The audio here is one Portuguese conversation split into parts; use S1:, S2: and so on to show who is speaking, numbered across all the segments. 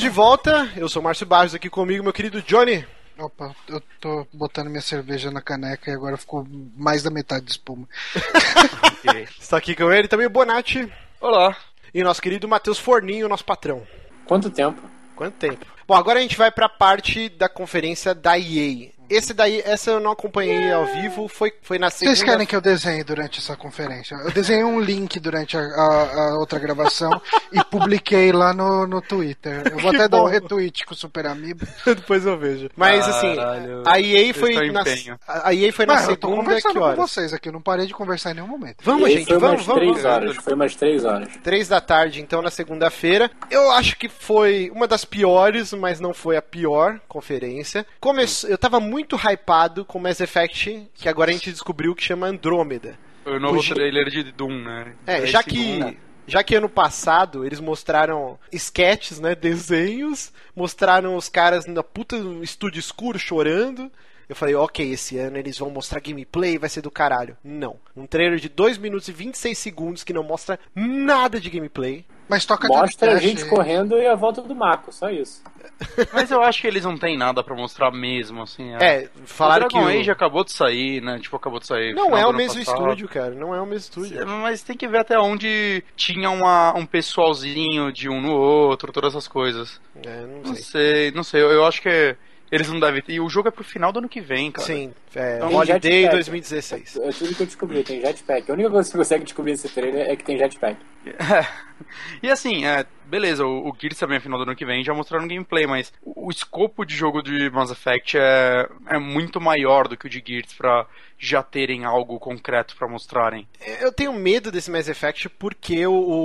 S1: volta, eu sou o Márcio Barros, aqui comigo, meu querido Johnny.
S2: Opa, eu tô botando minha cerveja na caneca e agora ficou mais da metade de espuma.
S1: Okay. Está aqui com ele também o Bonatti.
S3: Olá.
S1: E nosso querido Matheus Forninho, nosso patrão.
S4: Quanto tempo?
S1: Bom, agora a gente vai pra parte da conferência da EA. Essa eu não acompanhei ao vivo, foi na segunda...
S2: Vocês querem que eu desenhe durante essa conferência? Eu desenhei um link durante a outra gravação e publiquei lá no Twitter. Eu vou até dar um retweet com o Super Amiibo.
S1: Depois eu vejo. Mas assim, a EA foi na segunda,
S2: eu tô conversando
S1: que horas?
S2: com vocês aqui, eu não parei de conversar em nenhum momento.
S1: Vamos, gente, vamos.
S4: Foi umas 3 horas.
S1: 3 da tarde, então, na segunda-feira. Eu acho que foi uma das piores, mas não foi a pior conferência. Eu tava muito hypado com Mass Effect, que agora a gente descobriu que chama Andrômeda.
S3: Foi o novo trailer de Doom, né?
S1: Já que ano passado eles mostraram sketches, né, desenhos, mostraram os caras na puta estúdio escuro chorando. Eu falei, ok, esse ano eles vão mostrar gameplay, vai ser do caralho. Não. Um trailer de 2 minutos e 26 segundos que não mostra nada de gameplay.
S2: Mas
S4: mostra a gente correndo e a volta do Mako, só isso.
S3: Mas eu acho que eles não tem nada pra mostrar mesmo, assim.
S1: Falaram que
S3: o Dragon Age acabou de sair, né? Acabou de sair.
S1: Não é o mesmo estúdio, cara. Não é o mesmo estúdio.
S3: Mas tem que ver até onde tinha um pessoalzinho de um no outro, todas essas coisas. Não sei. Eu acho que eles não devem ter. E o jogo é pro final do ano que vem, cara.
S1: Sim, Holiday 2016.
S4: É tudo que eu descobri, tem jetpack. A única coisa que você consegue descobrir nesse trailer é que tem jetpack.
S3: E assim, beleza, o Gears também é final do ano que vem, já mostraram gameplay, mas o escopo de jogo de Mass Effect é muito maior do que o de Gears pra já terem algo concreto pra mostrarem.
S1: Eu tenho medo desse Mass Effect porque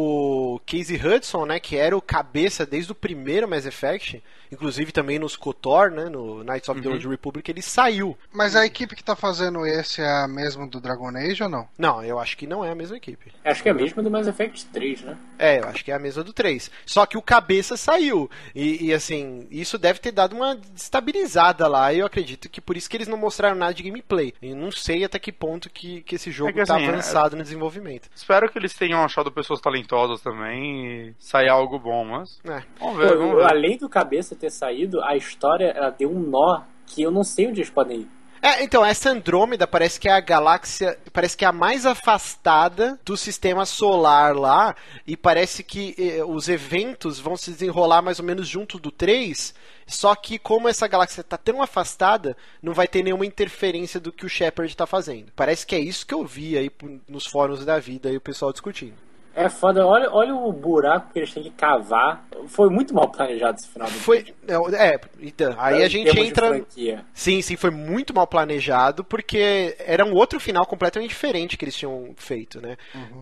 S1: o Casey Hudson, né, que era o cabeça desde o primeiro Mass Effect, inclusive também nos KOTOR, né, no Knights of the Old Republic, ele saiu.
S2: Mas a equipe que tá fazendo esse é a mesma do Dragon Age ou não?
S1: Não, eu acho que não é a mesma equipe.
S4: Acho que é a mesma do Mass Effect 3, né?
S1: Eu acho que é a mesma do 3. Só que o cabeça saiu. E assim, isso deve ter dado uma destabilizada lá. E eu acredito que por isso que eles não mostraram nada de gameplay. E não sei até que ponto que esse jogo tá avançado no desenvolvimento.
S3: Espero que eles tenham achado pessoas talentosas também e saia algo bom, mas...
S4: Vamos ver. Além do cabeça ter saído, a história ela deu um nó que eu não sei onde eles podem ir.
S1: Então, essa Andrômeda parece que é a galáxia, parece que é a mais afastada do sistema solar lá, e parece que os eventos vão se desenrolar mais ou menos junto do 3, só que como essa galáxia está tão afastada, não vai ter nenhuma interferência do que o Shepard está fazendo. Parece que é isso que eu vi aí nos fóruns da vida e o pessoal discutindo.
S4: É foda, olha o buraco que eles têm que cavar. Foi muito mal planejado esse final do vídeo.
S1: Então, aí a gente entra... Sim, foi muito mal planejado, porque era um outro final completamente diferente que eles tinham feito, né?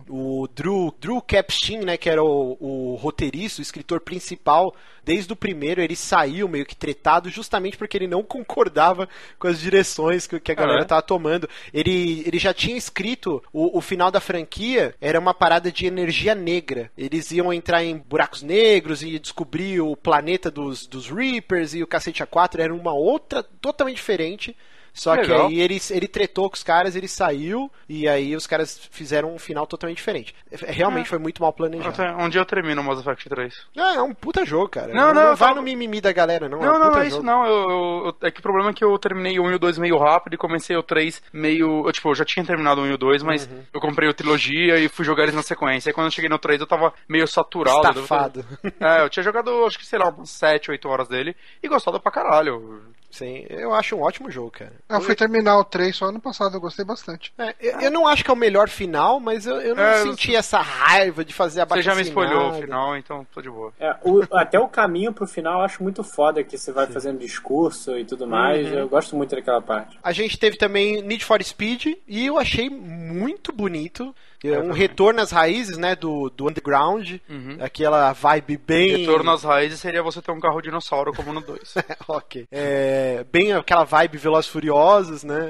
S1: O Drew Capstein, né, que era o roteirista, o escritor principal, desde o primeiro, ele saiu meio que tretado justamente porque ele não concordava com as direções que a galera tava tomando. Ele já tinha escrito o final da franquia, era uma parada de energia negra. Eles iam entrar em buracos negros e descobrir o planeta dos Reapers e o cacete A4, era uma outra totalmente diferente. Só que aí ele tretou com os caras, ele saiu, e aí os caras fizeram um final totalmente diferente. Realmente foi muito mal planejado.
S3: Um dia eu termino o Mass Effect 3.
S1: É um puta jogo, cara. Não vai no mimimi da galera, não.
S3: Não é isso não. É que o problema é que eu terminei o 1 e o 2 meio rápido e comecei o 3 meio... Eu já tinha terminado o 1 e o 2, mas eu comprei o trilogia e fui jogar eles na sequência. Aí quando eu cheguei no 3 eu tava meio saturado.
S1: Estafado.
S3: Eu tinha jogado, acho que sei lá, umas 7, 8 horas dele e gostado pra caralho.
S1: Sim, eu acho um ótimo jogo, cara.
S2: Eu fui terminar o 3 só ano passado, eu gostei bastante.
S1: Eu não acho que é o melhor final, mas eu não senti essa raiva de fazer a
S3: Você já me spoilou o final, então tô de boa.
S4: Até o caminho pro final eu acho muito foda, que você vai fazendo discurso e tudo mais. Eu gosto muito daquela parte.
S1: A gente teve também Need for Speed e eu achei muito bonito. Um retorno às raízes, né, do Underground, aquela vibe bem...
S3: Retorno às raízes seria você ter um carro dinossauro como no 2.
S1: Ok. Bem aquela vibe Velozes e Furiosos, né?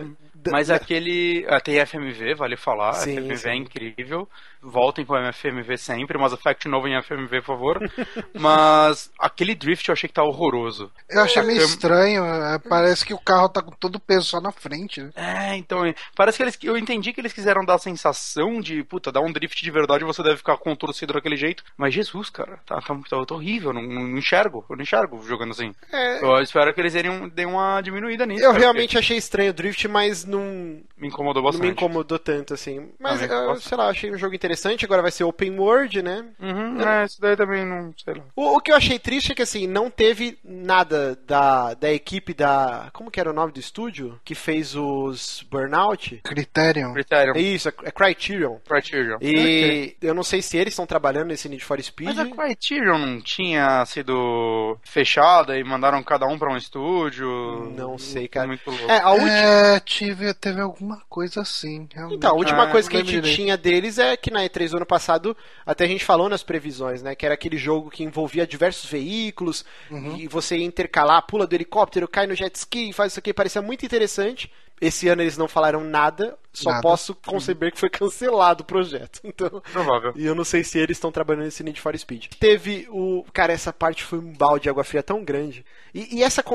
S3: Mas aquele... tem FMV, vale falar. Sim, FMV sim. É incrível. Voltem com o FMV sempre. Mass Effect novo em FMV, por favor. Mas aquele drift eu achei que tá horroroso.
S2: Eu achei meio estranho. Parece que o carro tá com todo o peso só na frente. Né?
S3: Então... Parece que eu entendi que eles quiseram dar a sensação de... Puta, dar um drift de verdade e você deve ficar contorcido daquele jeito. Mas Jesus, cara, tá horrível. Eu não enxergo. Eu não enxergo jogando assim. Eu espero que eles deem uma diminuída nisso.
S1: Eu realmente achei estranho o drift, mas não...
S3: Me incomodou bastante.
S1: Não me incomodou tanto, assim. Mas, sei lá, achei um jogo interessante. Agora vai ser open world, né?
S3: Isso daí também não... Sei lá.
S1: O que eu achei triste é que, assim, não teve nada da equipe da... Como que era o nome do estúdio? Que fez os Burnout?
S2: Criterion.
S1: Isso, é Criterion. E eu não sei se eles estão trabalhando nesse Need for Speed.
S3: Mas a Criterion não tinha sido fechada e mandaram cada um pra um estúdio?
S1: Não sei, cara.
S3: Muito louco.
S2: Teve alguma coisa assim, realmente.
S1: Então, a última coisa que a gente tinha deles é que na E3 do ano passado, até a gente falou nas previsões, né, que era aquele jogo que envolvia diversos veículos, e você ia intercalar, pula do helicóptero, cai no jet ski, faz isso aqui, parecia muito interessante. Esse ano eles não falaram nada, posso conceber que foi cancelado o projeto. Então,
S3: provável.
S1: E eu não sei se eles estão trabalhando nesse Need for Speed. Teve o... Cara, essa parte foi um balde de água fria tão grande. E essa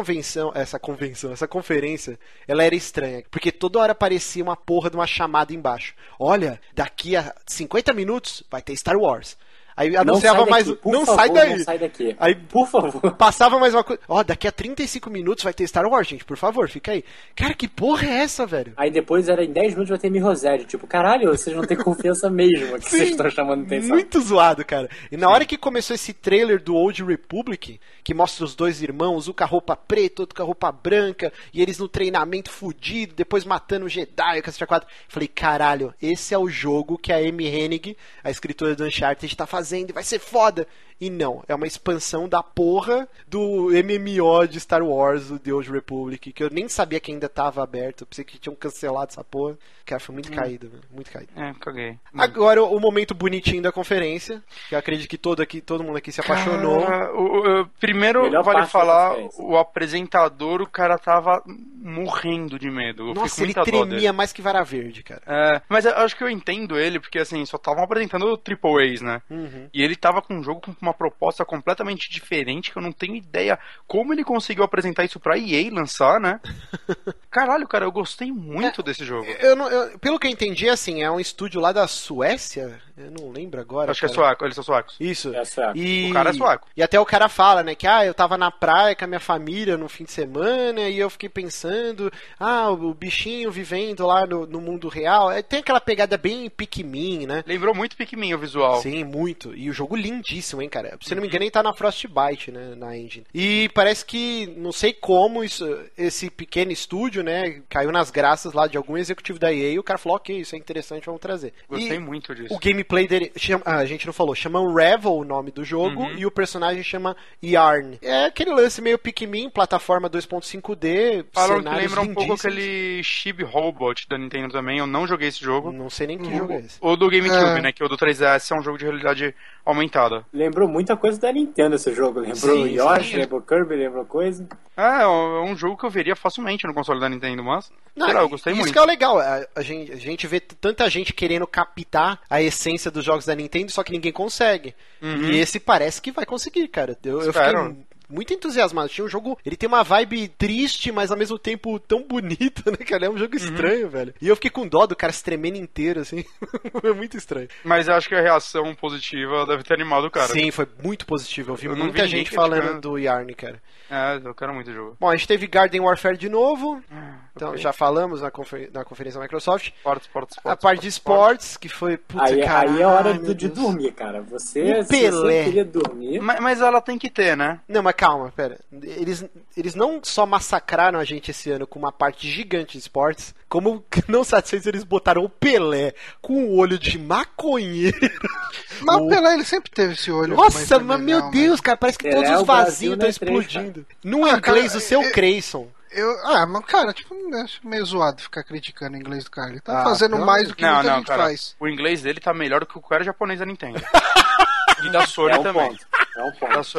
S1: conferência, ela era estranha. Porque toda hora aparecia uma porra de uma chamada embaixo. Olha, daqui a 50 minutos vai ter Star Wars. Aí anunciava mais... Não sai daí.
S4: Não sai daqui.
S1: Aí,
S4: por favor.
S1: Passava mais uma coisa. Daqui a 35 minutos vai ter Star Wars, gente. Por favor, fica aí. Cara, que porra é essa, velho?
S4: Aí depois era em 10 minutos vai ter Mirror's. Tipo, caralho, vocês não têm confiança mesmo que vocês estão chamando atenção.
S1: Muito zoado, cara. E na hora que começou esse trailer do Old Republic, que mostra os dois irmãos, um com a roupa preta, outro com a roupa branca, e eles no treinamento fudido, depois matando o Jedi, o Cacete 4. Falei, caralho, esse é o jogo que a Amy Hennig, a escritora do Uncharted, tá fazendo e vai ser foda. E não, é uma expansão da porra do MMO de Star Wars, o The Old Republic, que eu nem sabia que ainda tava aberto. Eu pensei que tinham cancelado essa porra. Cara, foi muito caído, velho. Muito caído.
S3: Caguei.
S1: Agora, o momento bonitinho da conferência, que eu acredito que todo mundo aqui se apaixonou.
S3: Primeiro, vale falar, o apresentador, o cara tava morrendo de medo.
S1: Nossa, ele tremia mais que vara verde, cara.
S3: Mas eu acho que eu entendo ele, porque assim, só estavam apresentando Triple A's, né? E ele tava com um jogo com uma proposta completamente diferente, que eu não tenho ideia como ele conseguiu apresentar isso pra EA lançar, né? Caralho, cara, eu gostei muito desse jogo.
S1: Pelo que eu entendi, assim, é um estúdio lá da Suécia, eu não lembro agora.
S3: Acho que é sueco, eles são suecos.
S1: Isso.
S4: É sueco.
S1: O
S3: cara é sueco.
S1: E até o cara fala, né, que eu tava na praia com a minha família no fim de semana, e eu fiquei pensando, o bichinho vivendo lá no mundo real. Tem aquela pegada bem Pikmin, né?
S3: Lembrou muito Pikmin o visual.
S1: Sim, muito. E o jogo lindíssimo, hein, cara. Se não me engano, ele tá na Frostbite, né, na engine. E parece que, não sei como, esse pequeno estúdio, né, caiu nas graças lá de algum executivo da EA, e o cara falou, ok, isso é interessante, vamos trazer.
S3: Gostei muito disso.
S1: O gameplay dele, a gente não falou, chama Revel o nome do jogo, e o personagem chama Yarn. É aquele lance meio Pikmin, plataforma 2.5D,
S3: falam que lembra um pouco aquele Chibi Robot da Nintendo também, eu não joguei esse jogo.
S1: Não sei nem que jogo é esse.
S3: O do GameCube, né, que o do 3DS é um jogo de realidade aumentada.
S4: Lembrou muita coisa da Nintendo esse jogo, lembrou Yoshi, lembrou Kirby, lembrou coisa.
S3: É um jogo que eu veria facilmente no console da Nintendo, mas sei lá, eu gostei muito.
S1: Isso que é o legal, a gente vê tanta gente querendo captar a essência dos jogos da Nintendo, só que ninguém consegue. E esse parece que vai conseguir, cara. Eu fiquei muito entusiasmado. Tinha um jogo, ele tem uma vibe triste, mas ao mesmo tempo tão bonita, né, cara? É um jogo estranho, velho. E eu fiquei com dó do cara se tremendo inteiro, assim. É muito estranho.
S3: Mas eu acho que a reação positiva deve ter animado o cara.
S1: Sim, foi muito positivo. Eu vi muita gente falando do Yarn, cara.
S3: Eu quero muito o jogo.
S1: Bom, a gente teve Garden Warfare de novo. Então, já falamos na conferência da Microsoft. A parte de esportes, que foi...
S4: Aí é hora de dormir, cara. Se você queria dormir...
S3: Mas ela tem que ter, né?
S1: Não, mas calma, pera. Eles não só massacraram a gente esse ano com uma parte gigante de esportes, como não satisfeitos, eles botaram o Pelé com o olho de maconheiro.
S2: Mas o Pelé, ele sempre teve esse olho.
S1: Nossa, mas meu Deus, cara, parece que todos os vasinhos estão explodindo. No inglês, o seu Creyson.
S2: Mas cara, tipo, acho meio zoado ficar criticando o inglês do cara. Ele tá fazendo mais do que muita gente faz.
S3: O inglês dele tá melhor do que o cara japonês da Nintendo. E da Sony também.
S4: É um ponto.
S3: Da Sony.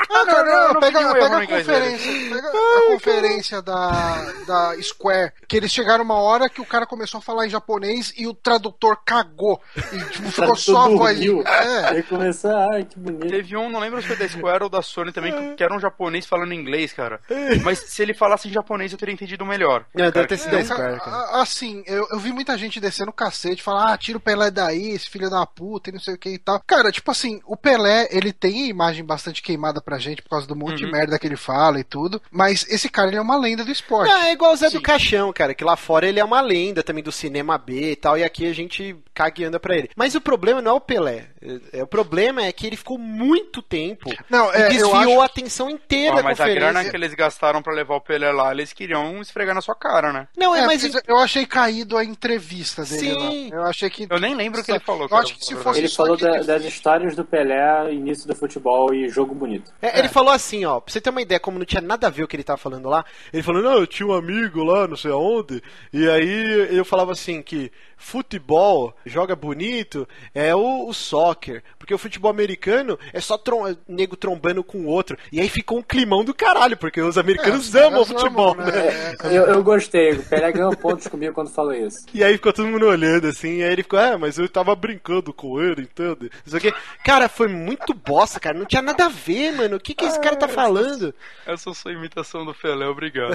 S2: Não, pega a conferência. Pega a conferência da Square, que eles chegaram uma hora que o cara começou a falar em japonês e o tradutor cagou. E tipo, ficou só a voz.
S4: Ele começou, que bonito.
S3: Teve não lembro se foi da Square ou da Sony também, que era um japonês falando inglês, cara. Mas se ele falasse em japonês, eu teria entendido melhor.
S1: Deve ter sido da Square, cara.
S2: Assim, eu vi muita gente descendo o cacete, falar, tira o Pelé daí, esse filho da puta, e não sei o que e tal. Cara, tipo assim, o Pelé, ele tem a imagem bastante queimada pra gente por causa do monte de merda que ele fala e tudo, mas esse cara, ele é uma lenda do esporte.
S1: É igual o Zé do Caixão, cara, que lá fora ele é uma lenda também do cinema B e tal, e aqui a gente caga e anda pra ele. Mas o problema não é o Pelé. O problema é que ele ficou muito tempo e desviou a atenção inteira da
S3: mas
S1: conferência.
S3: A grana que eles gastaram pra levar o Pelé lá, eles queriam esfregar na sua cara, né?
S2: Não, mas eu achei caído a entrevista dele lá. Eu achei que...
S3: Eu nem lembro o que ele falou.
S2: Eu acho que se fosse
S4: ele falou das histórias do Pelé, início do futebol e jogo bonito.
S1: Ele falou assim, ó, pra você ter uma ideia, como não tinha nada a ver o que ele tava falando lá, ele falou, não, eu tinha um amigo lá, não sei aonde, e aí eu falava assim que futebol, joga bonito, é o soccer, porque o futebol americano é só nego trombando com o outro, e aí ficou um climão do caralho, porque os americanos amam o futebol, né?
S4: Eu gostei, o Pelé ganhou pontos comigo quando falou isso.
S1: E aí ficou todo mundo olhando assim, e aí ele ficou, mas eu tava brincando com ele, entende? Isso aqui. Cara, foi muito bosta, cara, não tinha nada a ver, mano, o que esse cara tá falando?
S3: Essa sua imitação do Pelé, obrigado.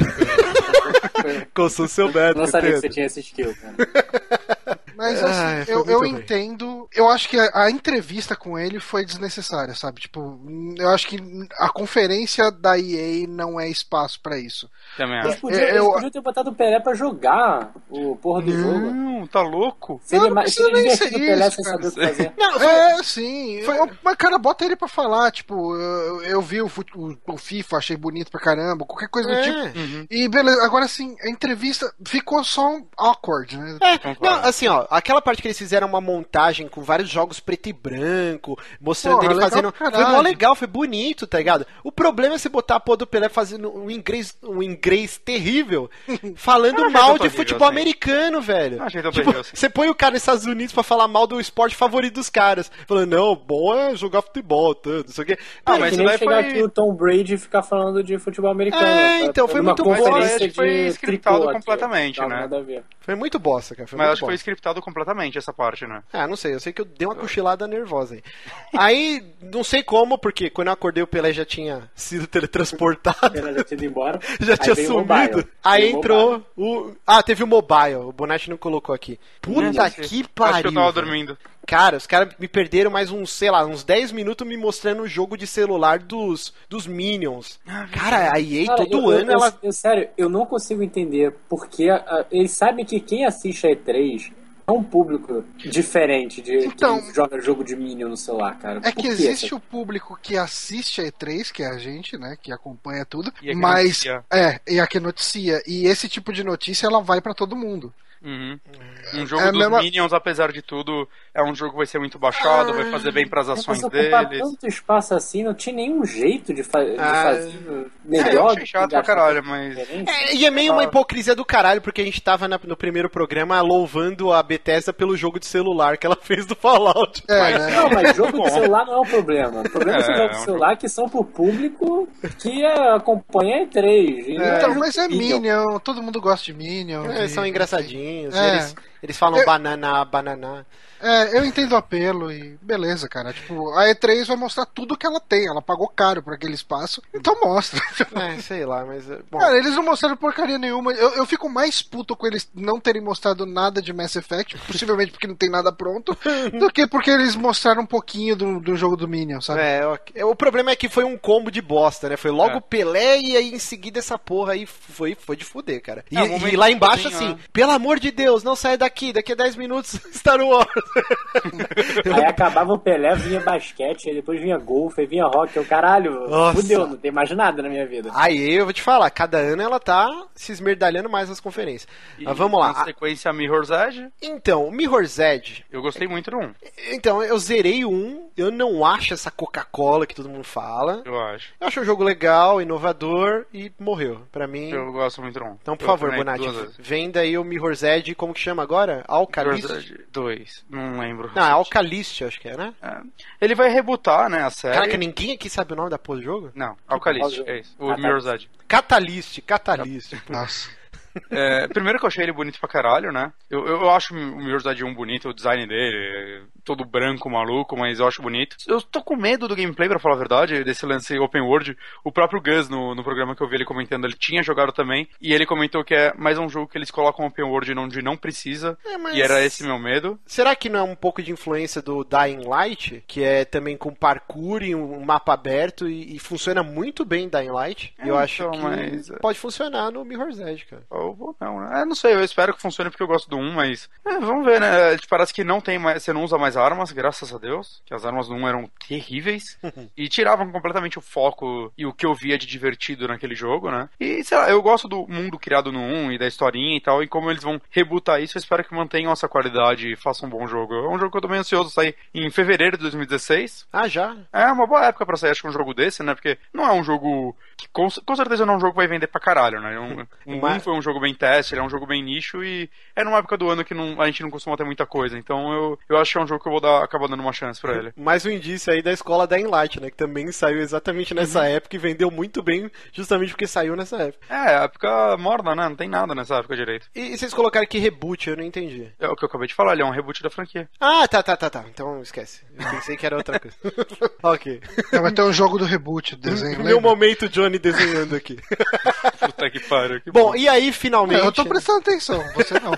S1: Com o seu médico,
S4: não sabia que você tinha esse skill, cara.
S2: Mas assim, eu entendo. Eu acho que a entrevista com ele foi desnecessária, sabe? Tipo, eu acho que a conferência da EA não é espaço pra isso.
S3: Também
S4: acho. Eles podiam ter botado o Pelé pra jogar o porra do jogo.
S3: Não, tá louco?
S4: Não precisa nem ser isso, Pelé sem saber o que fazer.
S2: Não, sim. Mas, cara, bota ele pra falar. Tipo, eu vi o FIFA, achei bonito pra caramba, qualquer coisa do tipo. E beleza, agora assim, a entrevista ficou só awkward, né?
S1: Não, assim, ó, aquela parte que eles fizeram uma montagem com vários jogos preto e branco, mostrando ele fazendo. Foi mó legal, foi bonito, tá ligado? O problema é você botar a porra do Pelé fazendo um inglês terrível, falando mal de futebol americano, velho. Tipo, você põe o cara nos Estados Unidos pra falar mal do esporte favorito dos caras. Falando, não, bom é jogar futebol, tanto, isso aqui.
S4: Mas que nem chegar aqui o Tom Brady e ficar falando de futebol americano.
S1: Então, foi muito bosta.
S3: Foi scriptado completamente, né?
S1: Foi muito bosta, cara.
S3: Mas acho que foi scriptado completamente essa parte, né?
S1: Não sei, eu sei que eu dei uma cochilada nervosa aí. Aí, não sei como, porque quando eu acordei o Pelé já tinha sido teletransportado.
S4: Ele já tinha ido embora.
S1: Já tinha sumido. Aí entrou teve o mobile, o Bonatti não colocou aqui. Puta que pariu.
S3: Acho que eu tava dormindo.
S1: Cara, os caras me perderam mais uns 10 minutos me mostrando o jogo de celular dos Minions. Cara, a EA todo ano ela...
S4: Sério, eu não consigo entender porque eles sabem que quem assiste a E3 é um público diferente de quem joga jogo de Minion no celular, cara.
S2: É que existe o público que assiste a E3, que é a gente, né, que acompanha tudo, mas e a que noticia. E esse tipo de notícia ela vai pra todo mundo.
S3: Um jogo dos Minions, apesar de tudo, é um jogo que vai ser muito baixado, vai fazer bem pras ações deles.
S4: Tanto espaço assim, não tinha nenhum jeito de fazer melhor.
S3: Eu achei chato pra caralho, mas...
S1: E é meio uma hipocrisia do caralho, porque a gente tava no primeiro programa louvando a Bethesda pelo jogo de celular que ela fez do Fallout.
S4: Não, mas jogo de celular não é o problema. O problema é jogos de celular que são pro público que acompanha a E3.
S2: Então, mas é Minion, todo mundo gosta de Minion.
S1: Eles são engraçadinhos. Eles falam banana.
S2: Eu entendo o apelo e beleza, cara. Tipo, a E3 vai mostrar tudo que ela tem. Ela pagou caro por aquele espaço, então mostra.
S1: Sei lá, mas... Bom.
S2: Cara, eles não mostraram porcaria nenhuma. Eu fico mais puto com eles não terem mostrado nada de Mass Effect, possivelmente porque não tem nada pronto, do que porque eles mostraram um pouquinho do jogo do Minion, sabe?
S1: O problema é que foi um combo de bosta, né? Foi logo Pelé e aí em seguida essa porra aí foi de fuder, cara. E lá embaixo, assim, pelo amor de Deus, não saia daqui a 10 minutos Star Wars.
S4: Aí acabava o Pelé, vinha basquete, aí depois vinha golfe, aí vinha rock, o caralho, fudeu, não tem mais nada na minha vida.
S1: Aí eu vou te falar, cada ano ela tá se esmerdalhando mais nas conferências. Mas vamos lá.
S3: Na sequência, Mirror's Edge?
S1: Então, o Mirror's Edge...
S3: Eu gostei muito do 1.
S1: Então, eu zerei o 1 eu não acho essa Coca-Cola que todo mundo fala.
S3: Eu acho.
S1: Eu acho um jogo legal, inovador e morreu. Pra mim...
S3: Eu gosto muito do 1.
S1: Então, por favor, Bonatti, venda aí o Mirror's Edge, como que chama agora? Alcalist?
S3: 2, não lembro.
S1: Não, é Alcalist, acho que é, né?
S3: É. Ele vai rebootar, né, a série.
S1: Caraca, ninguém aqui sabe o nome da porra do jogo?
S3: Não, Alcalist, é isso. O Mirror's Edge.
S1: Catalyst.
S2: Nossa.
S3: Primeiro que eu achei ele bonito pra caralho, né? Eu acho o Mirror's Edge 1 bonito, o design dele, todo branco, maluco, mas eu acho bonito. Eu tô com medo do gameplay, pra falar a verdade, desse lance open world. O próprio Gus, no programa que eu vi ele comentando, ele tinha jogado também, e ele comentou que é mais um jogo que eles colocam open world onde não precisa, e era esse meu medo.
S1: Será que não é um pouco de influência do Dying Light, que é também com parkour e um mapa aberto, e funciona muito bem Dying Light? E eu acho que pode funcionar no Mirror's Edge, cara.
S3: Não, né? Não sei, eu espero que funcione porque eu gosto do 1, mas vamos ver, né? Parece que não tem mais, você não usa mais armas, graças a Deus, que as armas do 1 eram terríveis e tiravam completamente o foco e o que eu via de divertido naquele jogo, né? E sei lá, eu gosto do mundo criado no 1 e da historinha e tal, e como eles vão rebootar isso, eu espero que mantenham essa qualidade e façam um bom jogo. É um jogo que eu tô meio ansioso de sair em fevereiro de 2016.
S1: Ah, já?
S3: É uma boa época pra sair, acho que um jogo desse, né? Porque não é um jogo que com certeza não é um jogo que vai vender pra caralho, né? Foi um jogo bem teste, ele é um jogo bem nicho e é numa época do ano que a gente não costuma ter muita coisa, então eu acho que é um jogo que eu vou acabar dando uma chance pra ele.
S1: Mais um indício aí da escola da Light, né, que também saiu exatamente nessa época e vendeu muito bem justamente porque saiu nessa época.
S3: Época morna, né, não tem nada nessa época direito.
S1: E vocês colocaram aqui reboot, eu não entendi.
S3: É o que eu acabei de falar, ele é um reboot da franquia.
S1: Ah, tá, então esquece, eu pensei que era outra coisa. Ok.
S2: Vai ter um jogo do reboot, do desenho.
S1: Meu momento Johnny desenhando aqui.
S3: Puta que pariu.
S1: Bom, e aí finalmente...
S2: Eu tô prestando atenção, você não.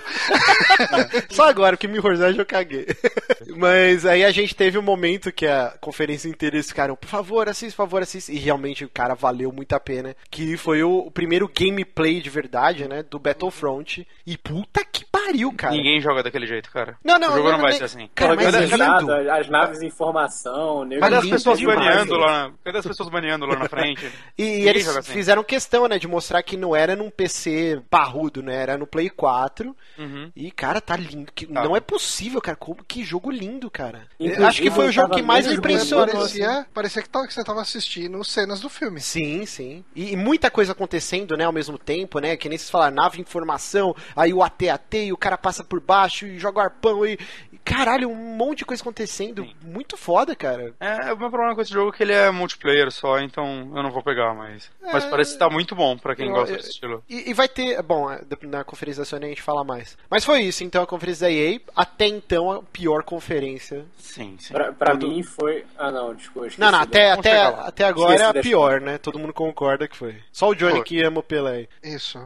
S1: Só agora, que Mirror's Edge eu caguei. Mas aí a gente teve um momento que a conferência inteira eles ficaram, por favor, assista. E realmente, o cara, valeu muito a pena. Que foi o primeiro gameplay de verdade, né, do Battlefront. E puta que pariu, cara.
S3: Ninguém joga daquele jeito, cara.
S1: Não,
S3: o jogo não vai ser assim.
S1: Cara, mas é lindo.
S4: As naves de informação...
S3: Cadê as pessoas baneando lá na frente?
S1: E eles fizeram questão, né, de mostrar que não era num PC parrudo, né, era no Play 4. E, cara, tá lindo. Não é possível, cara. Que jogo lindo, cara.
S4: Inclusive,
S1: acho que foi o jogo que mais me impressionou.
S2: Parecia que você tava assistindo cenas do filme.
S1: Sim. E muita coisa acontecendo, né, ao mesmo tempo, né, que nem vocês falaram, nave informação, aí o AT-AT, e o cara passa por baixo e joga o arpão e... Caralho, um monte de coisa acontecendo. Sim. Muito foda, cara.
S3: O meu problema com esse jogo é que ele é multiplayer só, então eu não vou pegar, mas parece que tá muito bom pra quem gosta desse estilo.
S1: E vai ter... Bom, na conferência da Sony a gente fala mais. Mas foi isso, então, a conferência da EA, até então, a pior conferência.
S3: Sim.
S4: Pra mim foi... Ah, não, desculpa.
S1: Não, até agora é a pior, né? Todo mundo concorda que foi. Só o Johnny que ama o Pelé.
S2: Isso.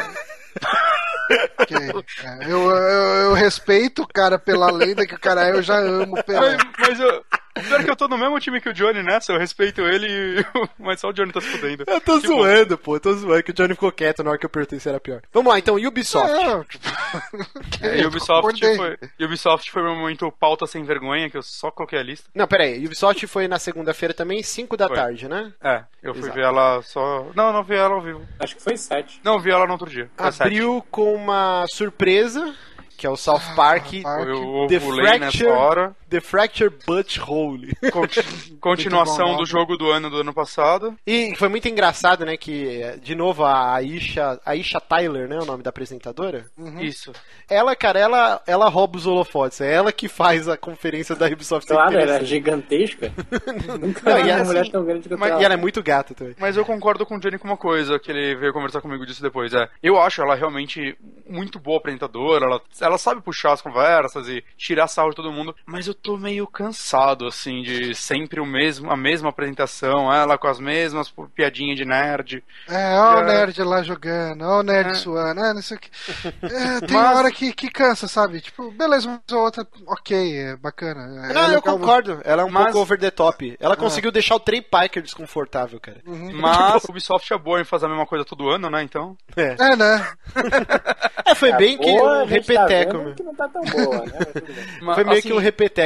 S2: Eu respeito o cara pela lenda que o cara é, eu já amo o Pelé.
S3: Mas pior que eu tô no mesmo time que o Johnny nessa, eu respeito ele, mas só o Johnny tá se fudendo.
S1: Eu tô zoando, pô, que o Johnny ficou quieto na hora que eu perguntei se era pior. Vamos lá, então, Ubisoft.
S3: Ubisoft foi meu momento pauta sem vergonha, que eu só coloquei a lista.
S1: Não, pera aí, Ubisoft foi na segunda-feira também, 5 da tarde, né?
S3: Eu fui ver ela só... Não vi ela ao vivo.
S4: Acho que foi 7.
S3: Não, vi ela no outro dia.
S1: Abriu com uma surpresa... Que é o South Park, The Fracture Butthole.
S3: Continuação do jogo do ano passado.
S1: E foi muito engraçado, né, que, de novo, a Aisha Tyler, né, o nome da apresentadora?
S3: Isso.
S1: Ela, cara, ela rouba os holofotes, é ela que faz a conferência da Ubisoft.
S4: Claro, ela é gigantesca. Nunca vi uma mulher tão grande quanto ela.
S1: E ela é muito gata também.
S3: Mas eu concordo com o Johnny com uma coisa, que ele veio conversar comigo disso depois, eu acho ela realmente muito boa apresentadora, ela sabe puxar as conversas e tirar sarro de todo mundo, mas eu tô meio cansado, assim, de sempre a mesma apresentação, ela com as mesmas piadinhas de nerd.
S2: Ó o nerd lá jogando, ó o nerd suando, não sei o que. Tem uma hora que cansa, sabe? Tipo, beleza, mas a outra, ok, é bacana.
S1: Não, eu concordo, ela é um pouco over the top. Ela conseguiu deixar o Trey Parker desconfortável, cara.
S3: Mas o Ubisoft é boa em fazer a mesma coisa todo ano, né, então?
S2: Né?
S1: Foi bem que um repeteco,
S4: que não tá tão boa, né?
S1: Foi meio que um repeteco.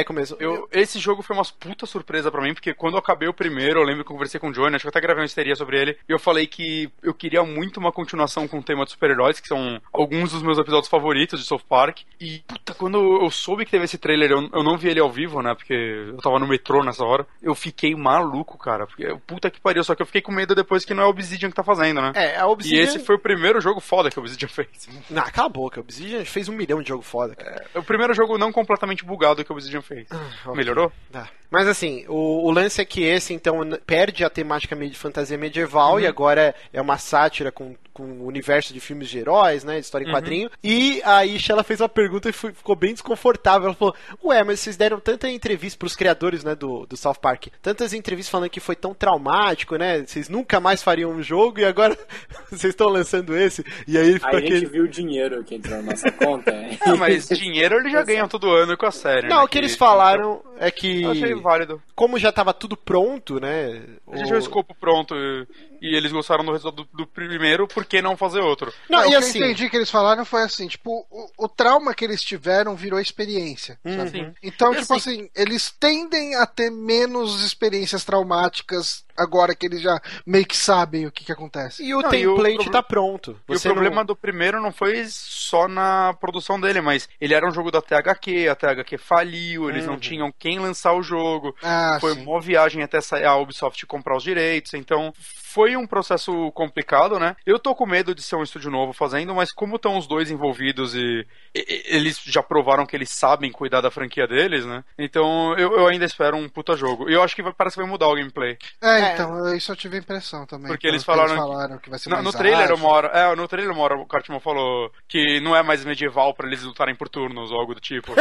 S1: boneco mesmo.
S3: Esse jogo foi uma puta surpresa pra mim, porque quando eu acabei o primeiro, eu lembro que eu conversei com o Johnny, acho que eu até gravei uma histeria sobre ele, e eu falei que eu queria muito uma continuação com o tema de super-heróis, que são alguns dos meus episódios favoritos de South Park, e puta, quando eu soube que teve esse trailer, eu não vi ele ao vivo, né, porque eu tava no metrô nessa hora, eu fiquei maluco, cara, porque puta que pariu, só que eu fiquei com medo depois que não é a Obsidian que tá fazendo, né?
S1: A Obsidian...
S3: E esse foi o primeiro jogo foda que a Obsidian fez.
S1: Não, cala a boca, a Obsidian fez 1 milhão de jogo foda, cara.
S3: O primeiro jogo não completamente bugado que a Obsidian fez. Okay. Melhorou?
S1: Tá. Mas assim, o lance é que esse, então, perde a temática de fantasia medieval e agora é uma sátira com o universo de filmes de heróis, né, de história em quadrinho. E a Isha, ela fez uma pergunta e ficou bem desconfortável. Ela falou, ué, mas vocês deram tanta entrevista pros criadores, né, do South Park, tantas entrevistas falando que foi tão traumático, né, vocês nunca mais fariam um jogo e agora vocês estão lançando esse. E aí
S4: a gente viu o dinheiro que entrou na nossa conta.
S3: Mas dinheiro eles já ganham todo ano com a série.
S1: Não,
S3: né,
S1: o que eles falaram é que...
S3: Eu achei válido.
S1: Como já tava tudo pronto, né?
S3: Já tinha o escopo pronto e eles gostaram do resultado do primeiro, por que não fazer outro?
S2: Não, e assim, eu entendi que eles falaram foi assim, tipo, o trauma que eles tiveram virou experiência. Então, tipo assim, eles tendem a ter menos experiências traumáticas agora que eles já meio que sabem o que acontece.
S1: E o template tá pronto.
S3: E o problema do primeiro não foi só na produção dele, mas ele era um jogo da THQ, a THQ faliu, eles não tinham quem lançar o jogo, foi uma viagem até a Ubisoft comprar os direitos, então foi um processo complicado, né? Eu tô com medo de ser um estúdio novo fazendo, mas como estão os dois envolvidos e eles já provaram que eles sabem cuidar da franquia deles, né? Então eu ainda espero um puta jogo. E eu acho que parece que vai mudar o gameplay.
S2: Então, isso eu tive a impressão também.
S3: Porque eles falaram que vai ser mais no trailer ágil. No trailer uma hora o Cartman falou que não é mais medieval pra eles lutarem por turnos ou algo do tipo.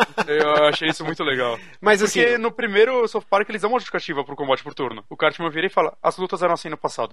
S3: Eu achei isso muito legal.
S1: Mas
S3: porque
S1: assim,
S3: no primeiro South Park eles dão uma justificativa pro combate por turno. O Cartman vira e fala, as lutas eram assim no passado.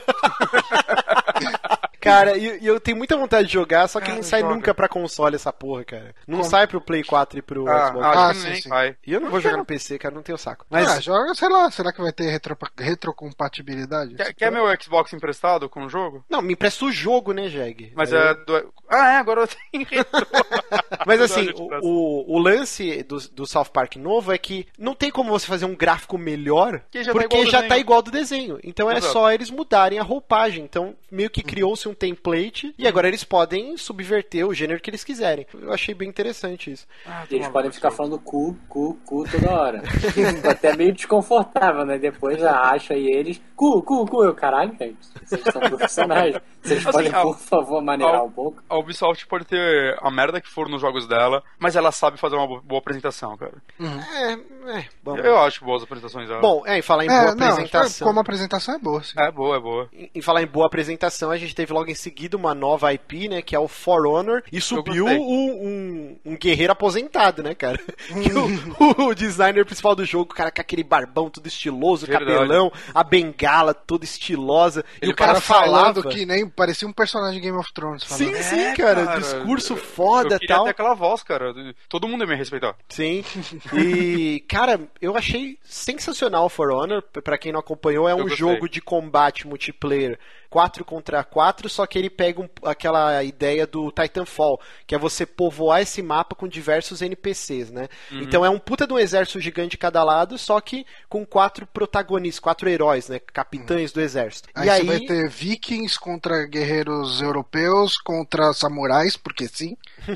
S1: Cara, e eu tenho muita vontade de jogar, só que não sai nunca pra console essa porra, cara. Não sai pro Play 4 e pro Xbox.
S2: Sim.
S1: E eu não vou jogar no PC, cara, não tenho saco. Mas
S2: joga, sei lá, será que vai ter retrocompatibilidade?
S3: Quer meu Xbox emprestado com o jogo?
S1: Não, me empresta o jogo, né, Jeg?
S3: Mas agora eu tenho retro.
S1: Mas assim, o lance do South Park novo é que não tem como você fazer um gráfico melhor, porque já tá igual do desenho. Então é só eles mudarem a roupagem. Então meio que criou-se um template e agora eles podem subverter o gênero que eles quiserem. Eu achei bem interessante isso.
S4: Eles podem ficar falando cu toda hora. Até meio desconfortável, né? Depois já acha aí eles cu, eu caralho, gente. Vocês são profissionais. Vocês podem, por favor, maneirar um pouco.
S3: A Ubisoft pode ter a merda que for nos jogos dela, mas ela sabe fazer uma boa apresentação, cara.
S1: Bom.
S3: Eu acho boas apresentações dela.
S1: Bom, em falar em boa apresentação.
S2: Como apresentação é boa, sim.
S3: É boa.
S1: Em falar em boa apresentação, a gente teve logo em seguida uma nova IP, né, que é o For Honor, e subiu um guerreiro aposentado, né, cara? Que o designer principal do jogo, o cara com aquele barbão todo estiloso, cabelão, a bengala toda estilosa, e o cara falando
S2: que nem parecia um personagem de Game of Thrones.
S1: Falando. Sim, cara, discurso foda e tal. Eu
S3: queria ter aquela voz, cara, todo mundo ia me respeitar.
S1: Sim, e, cara, eu achei sensacional o For Honor, pra quem não acompanhou, é um jogo de combate multiplayer 4 contra 4, só que ele pega aquela ideia do Titanfall, que é você povoar esse mapa com diversos NPCs, né? Então é um puta de um exército gigante de cada lado, só que com 4 protagonistas, 4 heróis, né? Capitães do exército.
S2: Aí você vai ter vikings contra guerreiros europeus, contra samurais, porque sim.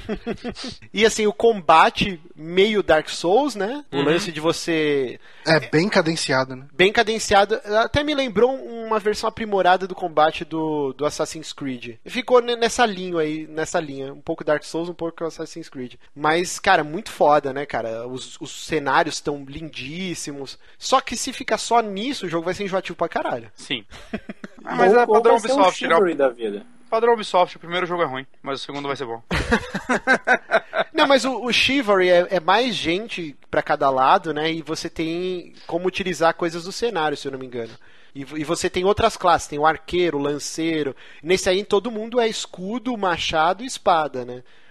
S1: E assim, o combate meio Dark Souls, né? O lance de você...
S2: É bem cadenciado, né?
S1: Bem cadenciado. Até me lembrou uma versão aprimorada do combate do Assassin's Creed. Ficou nessa linha. Um pouco Dark Souls, um pouco Assassin's Creed. Mas, cara, muito foda, né, cara? Os cenários estão lindíssimos. Só que se ficar só nisso, o jogo vai ser enjoativo pra caralho.
S3: Sim. Mas é padrão Ubisoft,
S4: da vida.
S3: Padrão Ubisoft, o primeiro jogo é ruim, mas o segundo vai ser bom.
S1: Não, mas o Chivalry é mais gente pra cada lado, né? E você tem como utilizar coisas do cenário, se eu não me engano. E você tem outras classes, tem o arqueiro, o lanceiro. Nesse aí todo mundo é escudo, machado e espada, né?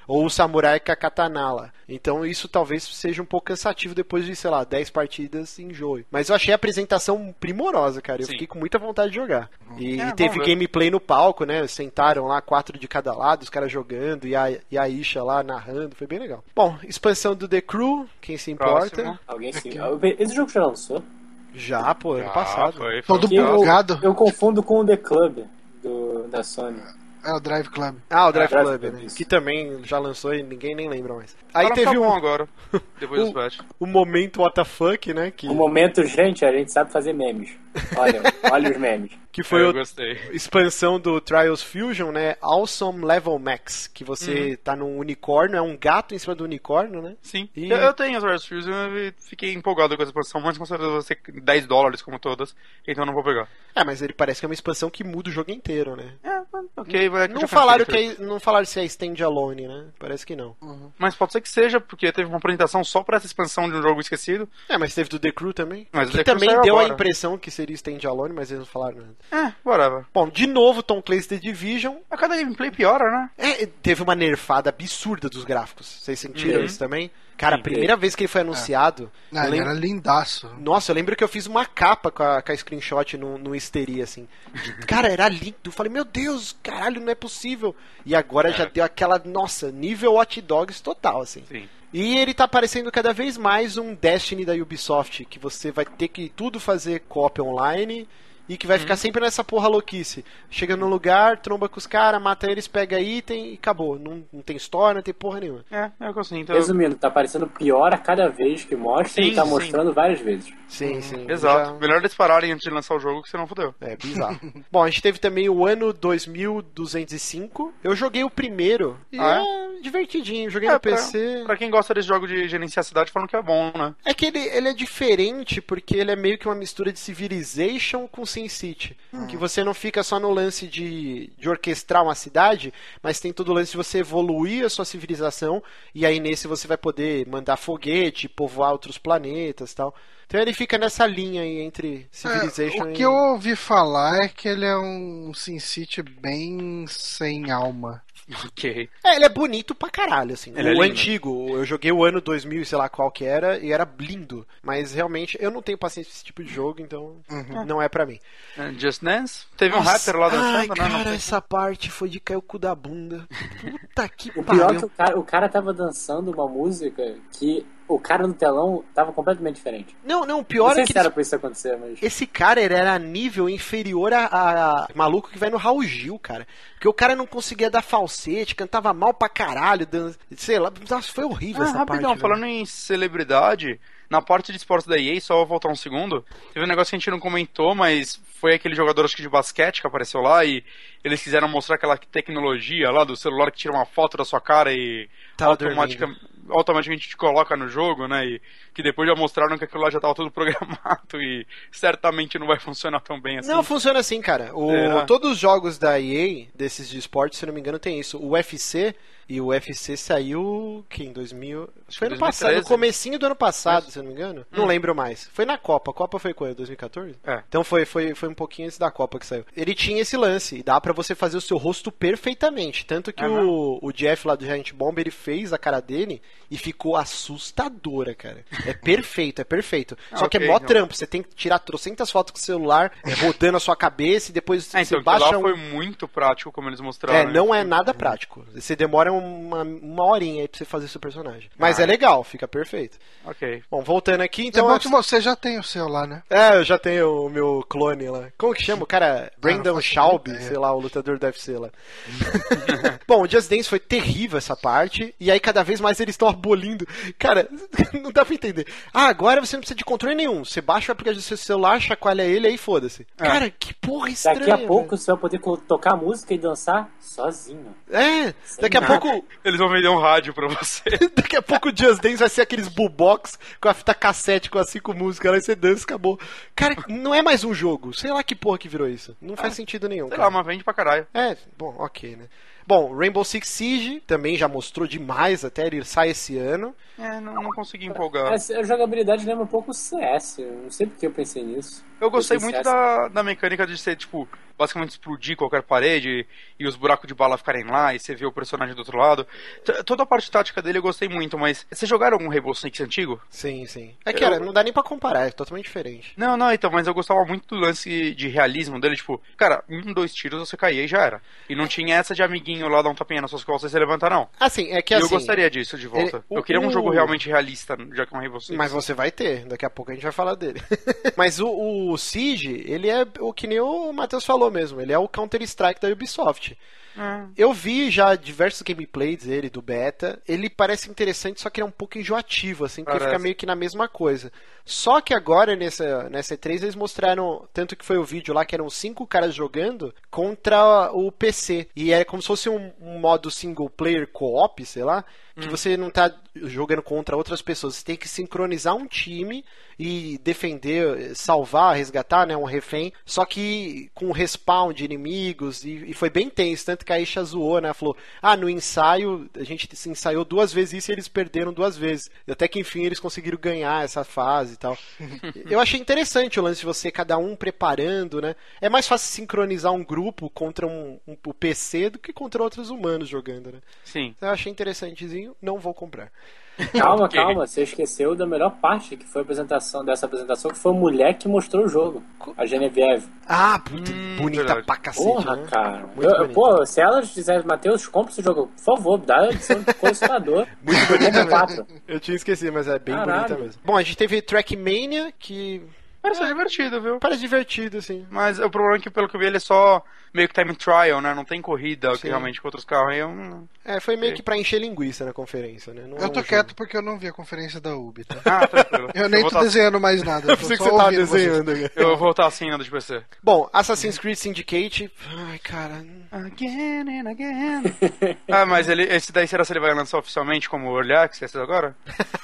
S1: Ou o samurai com a katana lá. Então isso talvez seja um pouco cansativo depois de, sei lá, 10 partidas em jogo. Mas eu achei a apresentação primorosa, cara. Eu fiquei com muita vontade de jogar. E teve gameplay no palco, né? Sentaram lá 4 de cada lado, os caras jogando e a Isha lá narrando. Foi bem legal. Bom, expansão do The Crew, quem se importa.
S4: Alguém sim. Esse jogo já lançou?
S1: Já, pô, ano passado.
S3: Foi
S2: todo bugado.
S4: Eu confundo com o The Club da Sony.
S2: É o Drive Club.
S1: Ah, o Drive Club, né? Que também já lançou e ninguém nem lembra mais. Aí teve
S3: agora, depois dos patch.
S1: O momento WTF, né?
S4: O momento, gente, a gente sabe fazer memes. Olha os memes.
S1: Que foi a expansão do Trials Fusion, né? Awesome Level Max. Que você tá num unicórnio, é um gato em cima do unicórnio, né?
S3: Sim. Eu tenho o Trials Fusion e fiquei empolgado com essa expansão, mas com certeza vai ser $10 como todas, então não vou pegar.
S1: Mas ele parece que é uma expansão que muda o jogo inteiro, né?
S3: Ok, vai.
S1: Não falaram se é standalone, né? Parece que não.
S3: Mas pode ser que seja, porque teve uma apresentação só pra essa expansão de um jogo esquecido.
S1: Mas teve do The Crew também.
S3: Mas
S1: que também deu a impressão que seria standalone, mas eles não falaram nada.
S3: Whatever.
S1: Bom, de novo Tom Clancy The Division.
S3: A cada gameplay piora, né?
S1: Teve uma nerfada absurda dos gráficos. Vocês sentiram isso também? Cara, a primeira vez que ele foi anunciado...
S2: Ele era lindaço.
S1: Nossa, eu lembro que eu fiz uma capa com a screenshot no histeria, assim. Cara, era lindo. Eu falei, meu Deus, caralho, não é possível. E agora já deu aquela, nossa, nível Hot Dogs total, assim.
S3: Sim.
S1: E ele tá parecendo cada vez mais um Destiny da Ubisoft, que você vai ter que tudo fazer co-op online... E que vai ficar sempre nessa porra louquice. Chega num lugar, tromba com os caras, mata eles, pega item e acabou. Não tem história, não tem porra nenhuma.
S3: É o que eu sinto.
S4: Resumindo, tá parecendo pior a cada vez que mostra e tá mostrando várias vezes.
S1: Sim.
S3: Exato. Melhor eles pararem antes de lançar o jogo, que senão fodeu.
S1: É, bizarro. Bom, a gente teve também o ano 2205. Eu joguei o primeiro e é divertidinho. Joguei no PC.
S3: Pra quem gosta desse jogo de gerenciar a cidade, falam que é bom, né?
S1: É que ele é diferente porque ele é meio que uma mistura de Civilization com SimCity. Que você não fica só no lance de orquestrar uma cidade, mas tem todo o lance de você evoluir a sua civilização, e aí nesse você vai poder mandar foguete, povoar outros planetas e tal. Então ele fica nessa linha aí entre Civilization
S2: e... O que eu ouvi falar é que ele é um SimCity bem sem alma.
S3: Ok.
S1: Ele é bonito pra caralho, assim.
S3: Ele
S1: o antigo, eu joguei o ano 2000, sei lá qual que era, e era lindo. Mas realmente, eu não tenho paciência pra esse tipo de jogo, então não é pra mim.
S3: Just Dance? Teve um rapper lá dançando,
S1: ai,
S3: né?
S1: Cara, essa parte foi de cair o cu da bunda. Puta que pariu.
S4: O pior é que o cara tava dançando uma música que... O cara no telão tava completamente diferente.
S1: Não, o pior é que...
S4: era pra isso acontecer, mas...
S1: Esse cara, ele era nível inferior a maluco que vai no Raul Gil, cara. Porque o cara não conseguia dar falsete, cantava mal pra caralho, sei lá, foi horrível essa
S3: rapidão,
S1: parte.
S3: Falando em celebridade, na parte de esportes da EA, só vou voltar um segundo, teve um negócio que a gente não comentou, mas foi aquele jogador, acho que de basquete, que apareceu lá, e eles quiseram mostrar aquela tecnologia lá do celular que tira uma foto da sua cara e automaticamente te coloca no jogo, né? E que depois já mostraram que aquilo lá já estava tudo programado e certamente não vai funcionar tão bem assim.
S1: Não, funciona assim, cara. Todos os jogos da EA, desses de esporte, se não me engano, tem isso. O UFC, e o UFC saiu em 2000... Foi ano passado, no comecinho do ano passado, se não me engano. Não lembro mais. Foi na Copa. A Copa foi quando? 2014? Então foi um pouquinho antes da Copa que saiu. Ele tinha esse lance, e dá pra você fazer o seu rosto perfeitamente. Tanto que o Jeff lá do Giant Bomb, ele fez a cara dele e ficou assustadora, cara. É perfeito. Só que é mó trampo. Você tem que tirar trocentas fotos com o celular, rodando a sua cabeça e depois você baixa...
S3: Então, foi muito prático, como eles mostraram.
S1: Não é nada prático. Você demora uma horinha aí pra você fazer seu personagem. Mas é legal, fica perfeito.
S3: Ok.
S1: Bom, voltando aqui, então...
S2: É bom que você já tem o seu lá, né?
S1: Eu já tenho o meu clone lá. Como que chama o cara? Brandon Schaub, sei lá, o lutador do UFC lá. Bom, o Just Dance foi terrível essa parte, e aí cada vez mais eles estão abolindo. Cara, não dá pra entender. Agora você não precisa de controle nenhum. Você baixa o aplicativo do seu celular, chacoalha ele, aí foda-se. Cara, que porra estranha.
S4: Daqui a pouco você vai poder tocar música e dançar sozinho.
S1: Daqui a pouco...
S3: Eles vão vender um rádio pra você.
S1: Daqui a pouco o Just Dance vai ser aqueles boombox com a fita cassete com as 5 músicas, aí você dança, acabou. Cara, não é mais um jogo. Sei lá que porra que virou isso. Não faz sentido nenhum,
S3: sei
S1: cara.
S3: lá, mas vende pra caralho.
S1: Bom, ok, né? Bom, Rainbow Six Siege também já mostrou demais, até ele sai esse ano.
S3: Não consegui empolgar.
S4: A jogabilidade lembra um pouco o CS, eu não sei porque eu pensei nisso.
S3: Eu gostei muito da mecânica de ser, tipo, basicamente explodir qualquer parede e os buracos de bala ficarem lá e você vê o personagem do outro lado. Toda a parte tática dele eu gostei muito, mas vocês jogaram algum Rainbow Six antigo?
S1: Sim, sim. É que, não dá nem pra comparar, é totalmente diferente.
S3: Não, então, mas eu gostava muito do lance de realismo dele, tipo, cara, 1, 2 tiros você caía e já era. E não tinha essa de amiguinho lá dar um tapinha nas suas costas e você levantar, não.
S1: Assim, é que
S3: eu gostaria disso de volta. Eu queria um jogo realmente realista, já que é um Rainbow Six.
S1: Mas você vai ter, daqui a pouco a gente vai falar dele. Mas o Siege, ele é o que nem o Matheus falou mesmo, ele é o Counter-Strike da Ubisoft. Eu vi já diversos gameplays dele, do beta. Ele parece interessante, só que ele é um pouco enjoativo, assim, porque fica meio que na mesma coisa. Só que agora, nessa E3, eles mostraram, tanto que foi o vídeo lá, que eram 5 caras jogando contra o PC. E é como se fosse um modo single player co-op, sei lá, que você não tá jogando contra outras pessoas. Você tem que sincronizar um time e defender, salvar, resgatar, né, um refém, só que com respawn de inimigos, e foi bem tenso, tanto que a Isha zoou, né, falou, no ensaio, a gente ensaiou 2 vezes isso e eles perderam 2 vezes, até que enfim eles conseguiram ganhar essa fase e tal. Eu achei interessante o lance de você, cada um preparando, né, é mais fácil sincronizar um grupo contra um PC do que contra outros humanos jogando, né.
S3: Sim.
S1: Eu achei interessantezinho, não vou comprar.
S4: Calma, você esqueceu da melhor parte que foi dessa apresentação, que foi a mulher que mostrou o jogo, a Genevieve.
S1: Puta, bonita pra cacete.
S4: Porra,
S1: né?
S4: cara. Se ela disser, Matheus, compra esse jogo, por favor, dá a edição de colecionador.
S1: Muito bonita mesmo. Eu tinha esquecido, mas é bem bonita mesmo. Bom, a gente teve Trackmania, que...
S3: Parece divertido, viu?
S1: Parece divertido, sim.
S3: Mas o problema é que, pelo que eu vi, ele é só meio que time trial, né? Não tem corrida que realmente com outros carros. Aí
S1: foi meio que pra encher linguiça na conferência, né?
S2: Eu tô quieto porque eu não vi a conferência da Ubi, tá?
S3: Tranquilo.
S2: Eu nem tô desenhando mais nada.
S1: Eu pensei que você tava desenhando.
S3: Eu vou voltar assim, de PC.
S1: Bom, Assassin's Creed Syndicate... Ai, cara...
S3: Again and again. Mas esse daí, será que ele vai lançar oficialmente como Early Access agora?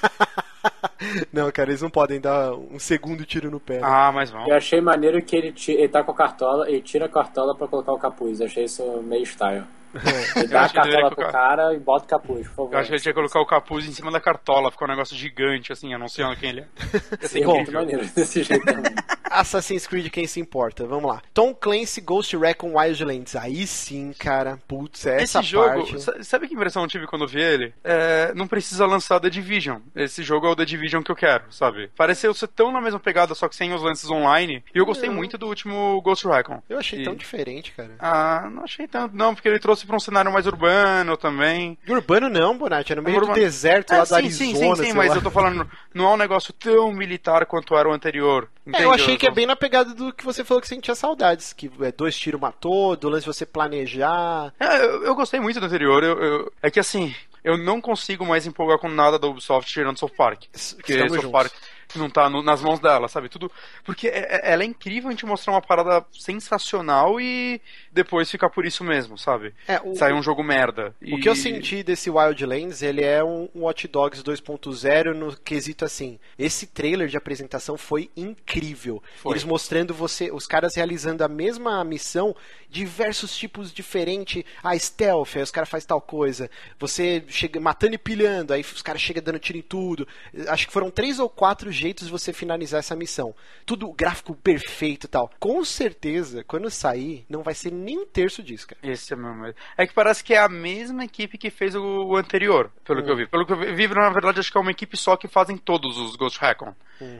S1: Não, cara, eles não podem dar um segundo tiro no pé. Né?
S3: Mas vão.
S4: Eu achei maneiro que ele tá com a cartola e tira a cartola pra colocar o capuz. Eu achei isso meio style. Ele dá a cartola pro cara e bota o capuz, por favor.
S3: Eu acho que ele tinha que colocar o capuz em cima da cartola, ficou um negócio gigante, assim, anunciando quem ele é.
S4: Sim, muito maneiro desse jeito também.
S1: Assassin's Creed, quem se importa? Vamos lá. Tom Clancy Ghost Recon Wildlands. Aí sim, cara. Putz, essa
S3: esse jogo,
S1: parte...
S3: Sabe que impressão eu tive quando eu vi ele? Não precisa lançar The Division. Esse jogo é o The Division que eu quero, sabe? Pareceu ser tão na mesma pegada, só que sem os lances online. E eu gostei muito do último Ghost Recon.
S1: Eu achei tão diferente, cara.
S3: Não achei tanto, não, porque ele trouxe pra um cenário mais urbano também.
S1: Urbano não, Bonatti, é no meio do deserto lá da Arizona.
S3: Sim, mas eu tô falando, não é um negócio tão militar quanto era o anterior.
S1: Eu achei que é bem na pegada do que você falou que sentia saudades, que 2 tiros matou, do lance de você planejar.
S3: Eu gostei muito do anterior, é que assim, eu não consigo mais empolgar com nada da Ubisoft tirando South Park. Porque South Park não tá nas mãos dela, sabe? Tudo. Porque ela é incrível em te mostrar uma parada sensacional e depois ficar por isso mesmo, sabe? Sai um jogo merda.
S1: O que eu senti desse Wildlands, ele é um Watch Dogs 2.0 no quesito assim. Esse trailer de apresentação foi incrível. Eles mostrando os caras realizando a mesma missão, diversos tipos diferentes. Stealth, aí os caras fazem tal coisa. Você chega matando e pilhando, aí os caras chegam dando tiro em tudo. Acho que foram 3 ou 4 jeitos de você finalizar essa missão. Tudo gráfico perfeito e tal. Com certeza, quando sair, não vai ser nem um terço disso, cara.
S3: Esse é o meu medo. É que parece que é a mesma equipe que fez o anterior, pelo que eu vi. Pelo que eu vi, na verdade, acho que é uma equipe só que fazem todos os Ghost Recon.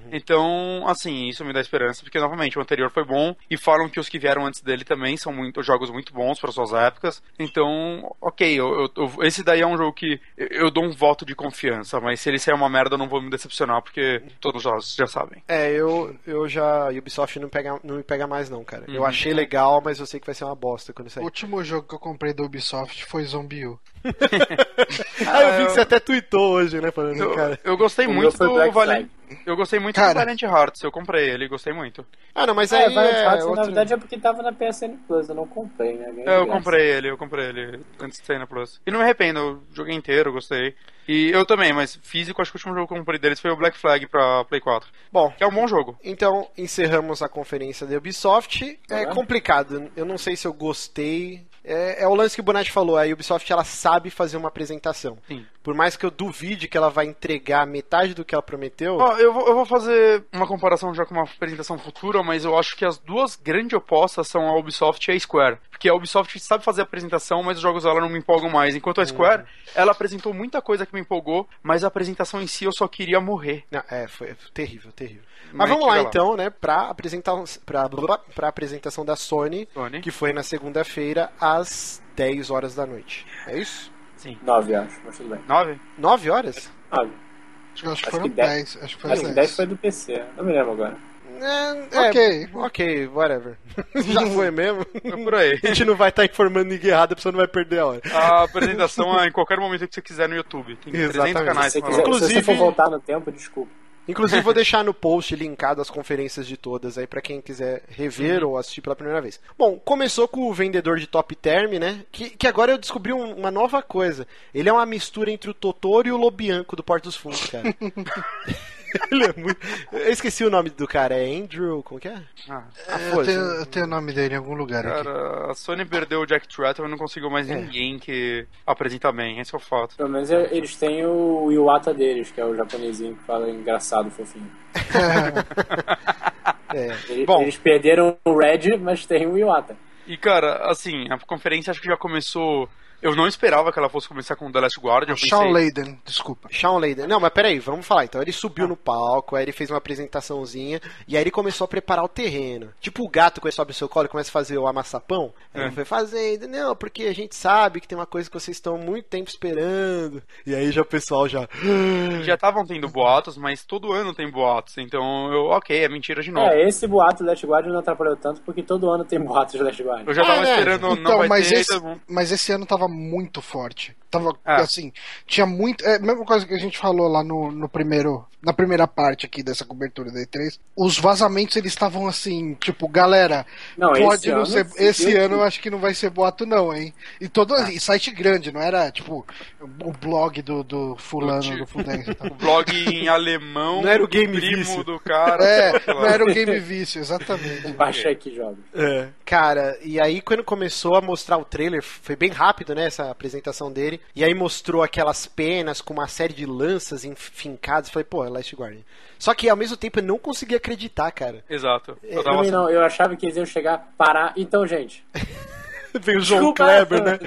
S3: Então, assim, isso me dá esperança, porque, novamente, o anterior foi bom, e falam que os que vieram antes dele também são jogos muito bons para suas épocas. Então, ok, esse daí é um jogo que eu dou um voto de confiança, mas se ele sair uma merda, eu não vou me decepcionar, porque todos já sabem.
S1: Eu já... Ubisoft não me pega mais não, cara. Eu achei legal, mas eu sei que vai ser uma bosta quando sair.
S2: O último jogo que eu comprei da Ubisoft foi Zombie U.
S1: Eu vi que você até tweetou hoje, né? Falando, cara.
S3: Eu gostei muito do Valiant. Eu gostei muito do Valiant Hearts. Eu comprei ele, gostei muito.
S1: Não, mas aí
S4: na verdade é porque tava na PSN Plus, eu não comprei, né?
S3: Eu comprei ele antes de sair na Plus. E não me arrependo, eu joguei inteiro, gostei. E eu também, mas físico, acho que o último jogo que eu comprei deles foi o Black Flag pra Play 4.
S1: Bom,
S3: que é um bom jogo.
S1: Então, encerramos a conferência da Ubisoft. É complicado, eu não sei se eu gostei. É o lance que o Bonatti falou, a Ubisoft ela sabe fazer uma apresentação.
S3: Sim.
S1: por mais que eu duvide que ela vai entregar metade do que ela prometeu...
S3: Eu vou fazer uma comparação já com uma apresentação futura, mas eu acho que as duas grandes opostas são a Ubisoft e a Square. Porque a Ubisoft sabe fazer a apresentação, mas os jogos dela não me empolgam mais. Enquanto a Square, ela apresentou muita coisa que me empolgou, mas a apresentação em si eu só queria morrer.
S1: Não, foi terrível, terrível. Mas vamos lá então, né, pra apresentação da Sony, que foi na segunda-feira às 10 horas da noite. É isso?
S3: Sim.
S4: 9, acho, mas tudo bem.
S3: 9?
S1: 9 horas?
S4: 9.
S2: Acho que foram 10. Acho que
S4: 10 foi do PC, não me lembro agora.
S1: Ok, whatever. Já foi mesmo.
S3: É por aí.
S1: A gente não vai estar informando ninguém errado, a pessoa não vai perder a hora.
S3: A apresentação é em qualquer momento que você quiser no YouTube. Tem 300 canais.
S4: Se você for voltar no tempo, desculpa.
S1: Inclusive vou deixar no post linkado as conferências de todas aí pra quem quiser rever ou assistir pela primeira vez. Bom, começou com o vendedor de Top Term, né? Que agora eu descobri uma nova coisa. Ele é uma mistura entre o Totoro e o Lobianco do Porto dos Fundos, cara. Ele é muito... Eu esqueci o nome do cara, é Andrew, como que é?
S2: Eu tenho o nome dele em algum lugar aqui.
S3: Cara, a Sony perdeu o Jack Trattor e não conseguiu mais ninguém que apresenta bem, esse é o fato.
S4: Pelo menos eles têm o Iwata deles, que é o japonesinho que fala engraçado, fofinho. Eles perderam o Red, mas tem o Iwata.
S3: E cara, assim, a conferência acho que já começou... Eu não esperava que ela fosse começar com The Last Guardian.
S2: Shawn Layden, desculpa.
S1: Shawn Layden. Não, mas peraí, vamos falar. Então ele subiu no palco, aí ele fez uma apresentaçãozinha, e aí ele começou a preparar o terreno. Tipo o gato que sobe o seu colo e começa a fazer o amassapão. Aí ele foi fazendo, não, porque a gente sabe que tem uma coisa que vocês estão há muito tempo esperando. E aí já o pessoal já...
S3: Já estavam tendo boatos, mas todo ano tem boatos. Então, é mentira de novo.
S4: Esse boato do Last Guardian não atrapalhou tanto, porque todo ano tem boatos do Last Guardian.
S3: Eu já tava esperando,
S2: então,
S3: não vai ter...
S2: Mas esse ano tava muito forte. Tava, assim, tinha muito... É a mesma coisa que a gente falou lá na primeira parte aqui dessa cobertura da E3. Os vazamentos, eles estavam assim, tipo, galera, pode não ser... Esse ano eu acho que não vai ser boato não, hein? E site grande, não era, tipo, o blog do fulano, do fulano.
S3: O blog em alemão,
S1: não era o Game
S3: primo
S1: Vício
S3: do cara.
S2: Não era o Game Vício, exatamente.
S4: Baixa aqui, jogos.
S1: Cara, e aí quando começou a mostrar o trailer, foi bem rápido, né, essa apresentação dele, e aí mostrou aquelas penas com uma série de lanças enfincadas, falei, pô, é Last Guardian. Só que ao mesmo tempo eu não conseguia acreditar, cara.
S3: Exato.
S4: Eu achava que eles iam chegar, parar, então, gente...
S1: Veio o João Kleber, né?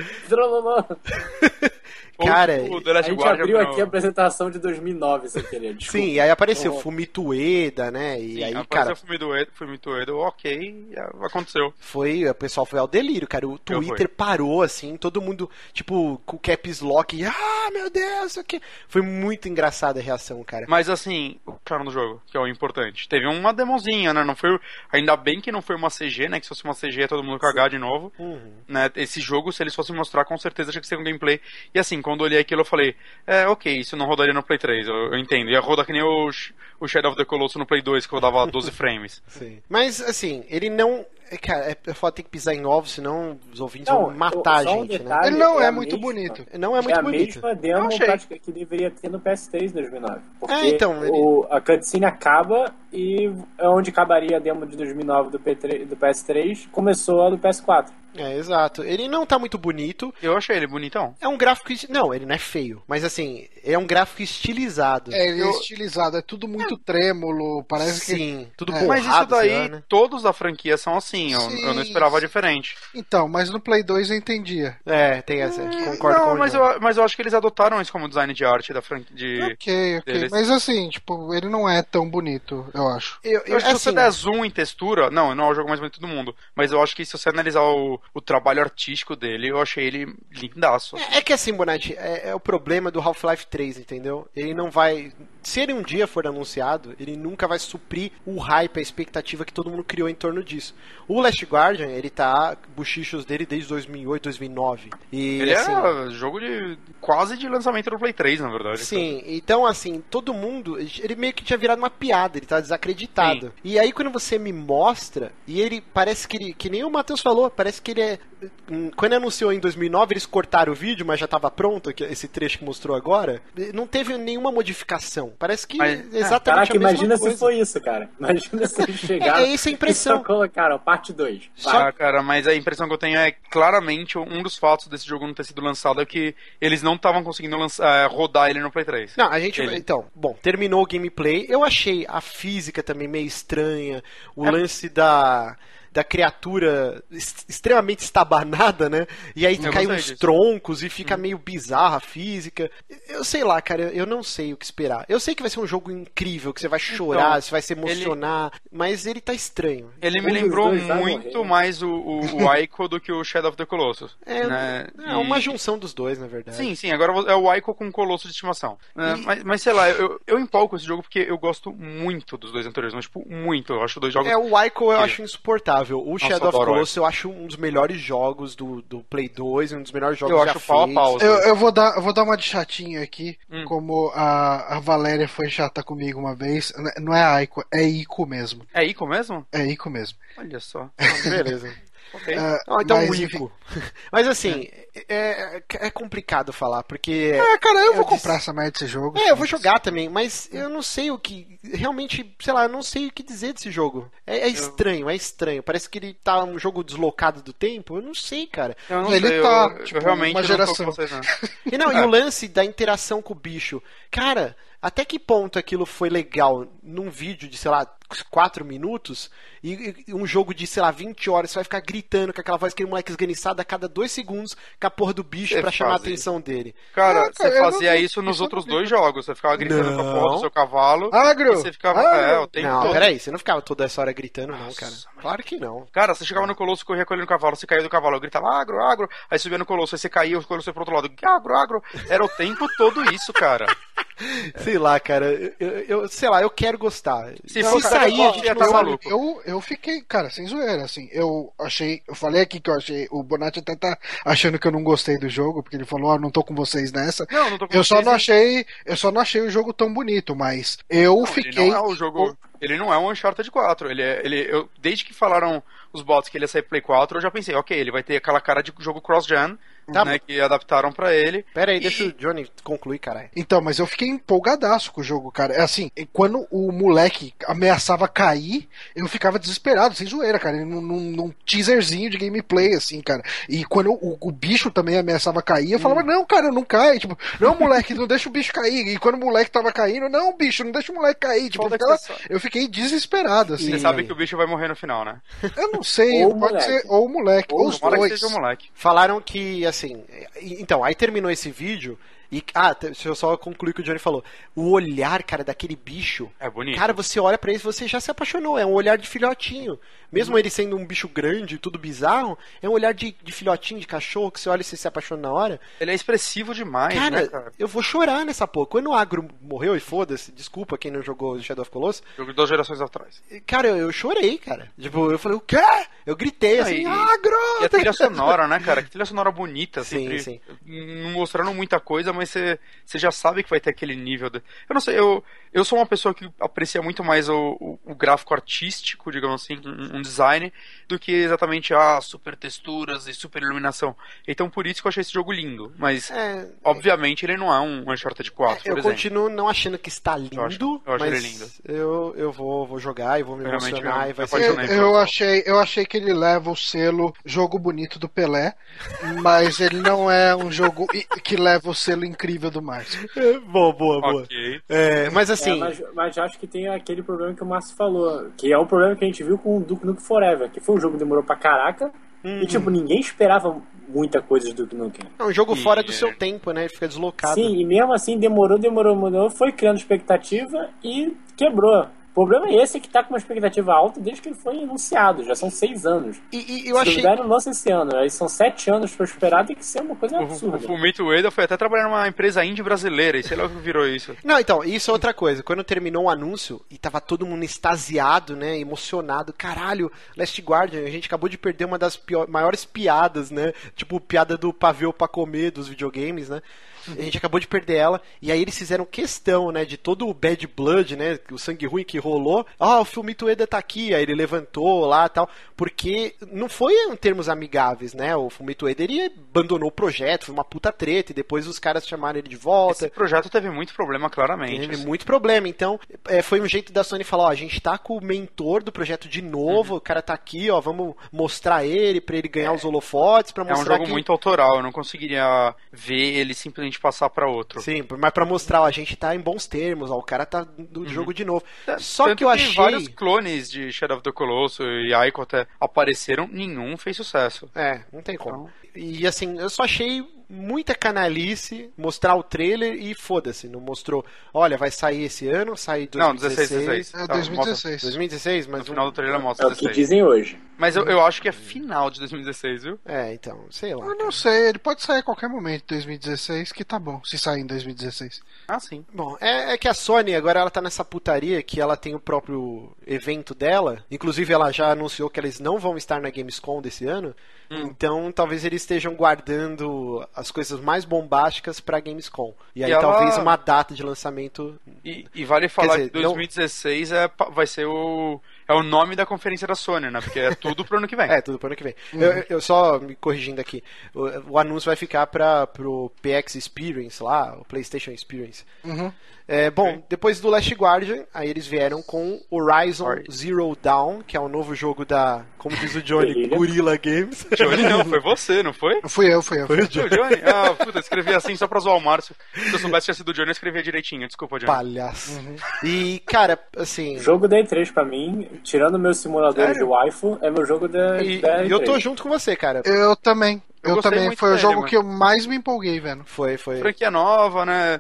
S1: Cara,
S4: a gente abriu aqui a apresentação de 2009, sem querer. Desculpa.
S1: Sim, e aí apareceu Fumito Ueda, né? E
S3: sim,
S1: aí,
S3: apareceu Fumito Ueda, ok, aconteceu.
S1: O pessoal foi ao delírio, cara. O Twitter parou, assim, todo mundo, tipo, com o caps lock, meu Deus, o que? Foi muito engraçada a reação, cara.
S3: Mas assim, o cara no jogo, que é o importante. Teve uma demozinha, né? Não foi, ainda bem que não foi uma CG, né? Que se fosse uma CG ia todo mundo cagar de novo. Né? Esse jogo, se eles fossem mostrar, com certeza tinha que ser um gameplay. E assim, quando eu olhei aquilo eu falei, ok, isso não rodaria no Play 3, eu entendo. Ia rodar que nem o Shadow of the Colossus no Play 2, que rodava 12 frames.
S1: Sim. Mas assim, ele não... Cara, é foda ter que pisar em ovos, senão os ouvintes vão matar a gente, né?
S2: Ele não é muito bonito.
S1: Não é muito bonito.
S4: É a mesma demo prática que deveria ter no PS3 em 2009. Porque
S1: então,
S4: a cutscene acaba e onde acabaria a demo de 2009 do PS3, começou a do PS4.
S1: Exato. Ele não tá muito bonito.
S3: Eu achei ele bonitão.
S1: É um gráfico... Não, ele não é feio. Mas assim, é um gráfico estilizado.
S2: Ele é estilizado. É tudo muito trêmulo. Parece que...
S1: Sim, tudo borrado.
S3: Mas isso daí, né? Todos da franquia são assim. Eu não esperava diferente.
S2: Então, mas no Play 2 eu entendia.
S1: Tem essa. Concordo com
S3: mas eu acho que eles adotaram isso como design de arte da franquia.
S2: Ok. Mas assim, tipo, ele não é tão bonito, eu acho.
S3: Eu acho que se você der zoom em textura... Não é o jogo mais bonito do mundo. Mas eu acho que se você analisar o trabalho artístico dele, eu achei ele lindaço.
S1: É que assim, Bonatti, é o problema do Half-Life 3, entendeu? Ele não vai... Se ele um dia for anunciado, ele nunca vai suprir o hype, a expectativa que todo mundo criou em torno disso. O Last Guardian, ele tá bochichos dele desde 2008, 2009. E,
S3: ele
S1: assim,
S3: é jogo quase de lançamento do Play 3, na verdade.
S1: Sim, então assim, todo mundo, ele meio que tinha virado uma piada, ele tá desacreditado. Sim. E aí quando você me mostra, e ele parece que nem o Matheus falou, parece que ele é quando anunciou em 2009, eles cortaram o vídeo, mas já tava pronto, esse trecho que mostrou agora. Não teve nenhuma modificação. Parece que exatamente
S4: caraca,
S1: a mesma
S4: imagina
S1: coisa.
S4: Se foi isso, cara. Imagina se eles chegaram
S1: essa a impressão.
S4: e só colocaram, parte 2.
S3: Cara, mas a impressão que eu tenho é claramente um dos fatos desse jogo não ter sido lançado é que eles não estavam conseguindo rodar ele no Play 3.
S1: Não, então, bom, terminou o gameplay. Eu achei a física também meio estranha. O lance da criatura extremamente estabanada, né? E aí cai uns troncos e fica meio bizarra a física. Eu sei lá, cara, eu não sei o que esperar. Eu sei que vai ser um jogo incrível, que você vai chorar, você vai se emocionar, mas ele tá estranho.
S3: Ele me lembrou muito mais o Ico do que o Shadow of the Colossus.
S1: É uma junção dos dois, na verdade.
S3: Sim, agora é o Ico com o Colosso de estimação. Mas sei lá, eu empolgo com esse jogo porque eu gosto muito dos dois anteriores, mas tipo, muito. Eu acho os dois jogos...
S1: o Ico eu acho insuportável. O Shadow of Colossus eu acho um dos melhores jogos do Play 2, um dos melhores jogos já feitos.
S3: Pau a pau.
S2: Eu vou dar uma de chatinho aqui, como a Valéria foi chata comigo uma vez. Não é Ico, é Ico mesmo.
S3: É Ico mesmo?
S2: É Ico mesmo.
S3: Olha só.
S1: Beleza.
S3: Okay.
S1: Então o Ico. Mas assim, é complicado falar, porque...
S2: cara, eu vou comprar essa merda desse jogo.
S1: Eu vou jogar também, mas eu não sei o que... Realmente, sei lá, eu não sei o que dizer desse jogo. É estranho. Parece que ele tá um jogo deslocado do tempo. Eu não sei, cara.
S3: Eu não sei, eu realmente
S2: uma geração.
S3: Não tô com vocês,
S1: E o lance da interação com o bicho. Cara, até que ponto aquilo foi legal num vídeo de, sei lá, 4 minutos e um jogo de, sei lá, 20 horas, você vai ficar gritando com aquela voz, aquele moleque esganiçado a cada 2 segundos com a porra do bicho pra chamar a atenção dele.
S3: Cara, você fazia isso nos outros 2 jogos. Você ficava gritando com a porra do seu cavalo.
S2: Agro!
S3: Você ficava... o tempo todo.
S1: Peraí, você não ficava toda essa hora gritando, não, cara. Claro que não.
S3: Cara, você chegava no Colosso, corria com ele no cavalo, você caía do cavalo, eu gritava agro, agro, aí subia no Colosso, aí você caía, o Colosso ia pro outro lado, agro, agro. Era o tempo todo isso, cara.
S1: Sei lá, cara, sei lá, eu quero gostar.
S3: Se sair, a gente ia estar maluco.
S2: Eu fiquei, cara, sem zoeira, assim, eu falei aqui que eu achei, o Bonatti até tá achando que eu não gostei do jogo, porque ele falou, não tô com vocês nessa.
S3: Não tô com
S2: vocês. Eu só não achei o jogo tão bonito, mas fiquei...
S3: Ele não é o jogo... Ele não é um Uncharted 4. Desde que falaram os bots que ele ia sair Play 4, eu já pensei, ok, ele vai ter aquela cara de jogo cross-gen, né, que adaptaram pra ele.
S1: Pera aí, deixa o Johnny concluir, caralho.
S2: Então, mas eu fiquei empolgadaço com o jogo, cara. É assim, quando o moleque ameaçava cair, eu ficava desesperado, sem zoeira, cara. Num teaserzinho de gameplay, assim, cara. E quando o bicho também ameaçava cair, eu falava, não, cara, não cai. Tipo, não, moleque, não deixa o bicho cair. E quando o moleque tava caindo, não, bicho, não deixa o moleque cair. Tipo, eu fiquei desesperado, assim.
S3: Você sabe que o bicho vai morrer no final, né?
S2: Eu não sei, pode ser ou o moleque, ou os dois.
S3: Que seja o moleque.
S1: Falaram que, assim... Então, aí terminou esse vídeo e... deixa eu só concluir o que o Johnny falou. O olhar, cara, daquele bicho...
S3: É bonito.
S1: Cara, você olha pra ele e você já se apaixonou. É um olhar de filhotinho. Mesmo ele sendo um bicho grande e tudo bizarro, é um olhar de filhotinho, de cachorro, que você olha e você se apaixona na hora.
S3: Ele é expressivo demais,
S1: cara,
S3: né, cara?
S1: Eu vou chorar nessa porra. Quando o Agro morreu, e foda-se, desculpa quem não jogou Shadow of Colossus.
S3: Jogo de 2 gerações atrás.
S1: Cara, eu chorei, cara. Tipo, eu falei, o quê? Eu gritei assim, Agro!
S3: E a trilha sonora, né, cara? Que trilha sonora bonita.
S1: Sim, sim.
S3: Não mostrando muita coisa, mas você já sabe que vai ter aquele nível. Eu não sei, eu sou uma pessoa que aprecia muito mais o gráfico artístico, digamos assim, um design, do que exatamente super texturas e super iluminação. Então por isso que eu achei esse jogo lindo. Mas, obviamente, ele não é um Uncharted 4,
S1: eu continuo não achando que está lindo,
S3: eu acho
S1: mas
S3: ele lindo.
S1: Eu vou jogar e vou me emocionar e vai ser...
S2: Eu achei que ele leva o selo jogo bonito do Pelé, mas ele não é um jogo que leva o selo incrível do Márcio.
S1: Boa.
S3: Okay.
S1: Mas assim...
S4: mas acho que tem aquele problema que o Márcio falou, que é o problema que a gente viu com o Duke Nukem Forever, que foi um jogo que demorou pra caraca, e tipo, ninguém esperava muita coisa do Duke Nukem.
S1: É um jogo fora do seu tempo, né? Ele fica deslocado.
S4: Sim, e mesmo assim demorou, foi criando expectativa e quebrou. O problema é esse, que tá com uma expectativa alta desde que ele foi anunciado. Já são 6 anos.
S1: E eu achei...
S4: Se não lança esse ano. Aí são 7 anos pra esperar, tem que ser uma coisa absurda.
S3: O Fumito Ueda foi até trabalhar numa empresa indie brasileira, e sei lá o que virou isso.
S1: Não, então, isso é outra coisa. Quando terminou o anúncio, e tava todo mundo extasiado, né, emocionado. Caralho, Last Guardian, a gente acabou de perder uma das maiores piadas, né? Tipo, piada do pavê pra comer dos videogames, né? A gente acabou de perder ela. E aí eles fizeram questão, né, de todo o bad blood, né, o sangue ruim que rolou. O Fumito Ueda tá aqui. Aí ele levantou lá e tal. Porque não foi em termos amigáveis, né? O Fumito Ueda, ele abandonou o projeto, foi uma puta treta. E depois os caras chamaram ele de volta.
S3: Esse projeto teve muito problema, claramente.
S1: Teve muito problema. Então, foi um jeito da Sony falar, a gente tá com o mentor do projeto de novo. O cara tá aqui, vamos mostrar ele, pra ele ganhar os holofotes, pra mostrar
S3: É um jogo muito autoral, eu não conseguiria ver ele simplesmente passar pra outro.
S1: Sim, mas pra mostrar, a gente tá em bons termos, o cara tá do jogo de novo. Só
S3: Tanto
S1: que eu achei...
S3: vários clones de Shadow of the Colossus e Ico até apareceram, nenhum fez sucesso.
S1: Não tem como. E assim, eu só achei muita canalice mostrar o trailer e foda-se, não mostrou, olha, vai sair esse ano, sai 2016.
S2: Não, 2016.
S1: 2016, mas
S3: no final do trailer mostra
S4: 16. É o que dizem hoje.
S3: Mas eu acho que é final de 2016, viu?
S1: Então, sei lá.
S2: Eu não sei, ele pode sair a qualquer momento de 2016, que tá bom, se sair em 2016.
S3: Sim.
S1: Bom, é que a Sony agora ela tá nessa putaria que ela tem o próprio evento dela, inclusive ela já anunciou que eles não vão estar na Gamescom desse ano, então talvez eles estejam guardando as coisas mais bombásticas pra Gamescom. E aí talvez uma data de lançamento...
S3: E vale falar que 2016 vai ser o nome da conferência da Sony, né? Porque é tudo pro ano que vem.
S1: Tudo pro ano que vem. Eu só me corrigindo aqui, o anúncio vai ficar pro PX Experience lá, o PlayStation Experience. Bom, depois do Last Guardian, aí eles vieram com Horizon Zero Dawn, que é o novo jogo da, como diz o Johnny, Guerrilla Games.
S3: Johnny não, foi você, não foi?
S2: Fui eu.
S3: Foi o Johnny? Puta, eu escrevi assim só pra zoar o Márcio. Se eu soubesse que tinha sido o Johnny, eu escrevia direitinho. Desculpa, Johnny.
S1: Palhaço. E, cara, assim...
S4: Jogo da E3 pra mim, tirando meus simuladores de waifu, é meu jogo da E3.
S1: E eu tô junto com você, cara.
S2: Eu também. Eu também, foi o jogo que eu mais me empolguei, velho.
S1: Foi.
S3: Franquia nova, né?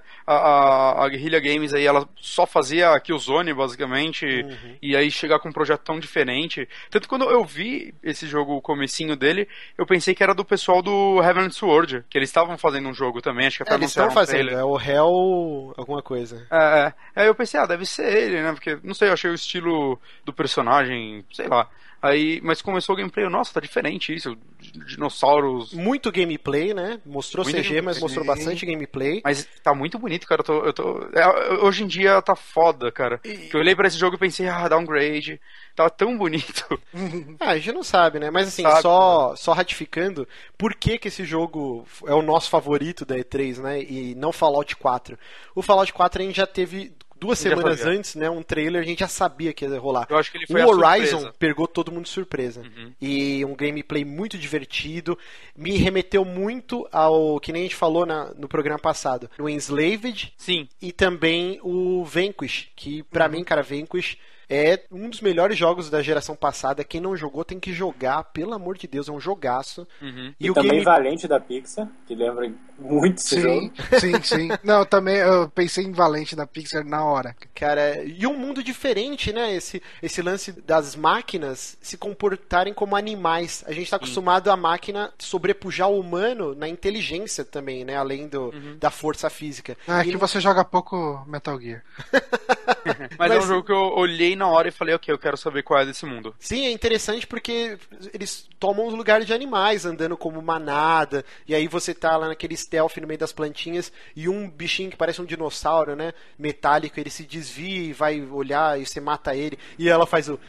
S3: A Guerrilla Games aí, ela só fazia Killzone, basicamente, e aí chegar com um projeto tão diferente. Tanto que quando eu vi esse jogo, o comecinho dele, eu pensei que era do pessoal do Heavenly Sword, que eles estavam fazendo um jogo também, acho que até
S1: eles estão fazendo, é o Hell alguma coisa.
S3: Aí eu pensei, deve ser ele, né? Porque, não sei, eu achei o estilo do personagem, sei lá. Aí, mas começou o gameplay, nossa, tá diferente isso, dinossauros...
S1: Muito gameplay, né? Mostrou muito CG, mas mostrou bastante gameplay.
S3: Mas tá muito bonito, cara, hoje em dia tá foda, cara. Que eu olhei pra esse jogo e pensei, downgrade, tava tão bonito.
S1: A gente não sabe, né? Mas assim, só ratificando, por que esse jogo é o nosso favorito da E3, né? E não Fallout 4. O Fallout 4 a gente já teve... 2 semanas antes, né, um trailer, a gente já sabia que ia rolar.
S3: Eu acho que ele foi
S1: o Horizon pegou todo mundo de surpresa. E um gameplay muito divertido. Me remeteu muito ao que nem a gente falou no programa passado. O Enslaved.
S3: Sim.
S1: E também o Vanquish, que pra mim, cara, Vanquish é um dos melhores jogos da geração passada. Quem não jogou tem que jogar, pelo amor de Deus, é um jogaço.
S4: E o também Valente da Pixar, que lembra muito esse jogo.
S2: Sim. Não, também eu pensei em Valente da Pixar na hora.
S1: Cara, e um mundo diferente, né? Esse lance das máquinas se comportarem como animais. A gente tá acostumado a máquina sobrepujar o humano na inteligência também, né? Além da força física.
S2: Que você joga pouco Metal Gear.
S3: Mas é um jogo que eu olhei na hora e falei, ok, eu quero saber qual é desse mundo.
S1: Sim, é interessante porque eles tomam os lugares de animais, andando como manada, e aí você tá lá naquele stealth no meio das plantinhas, e um bichinho que parece um dinossauro, né, metálico, ele se desvia e vai olhar, e você mata ele, e ela faz o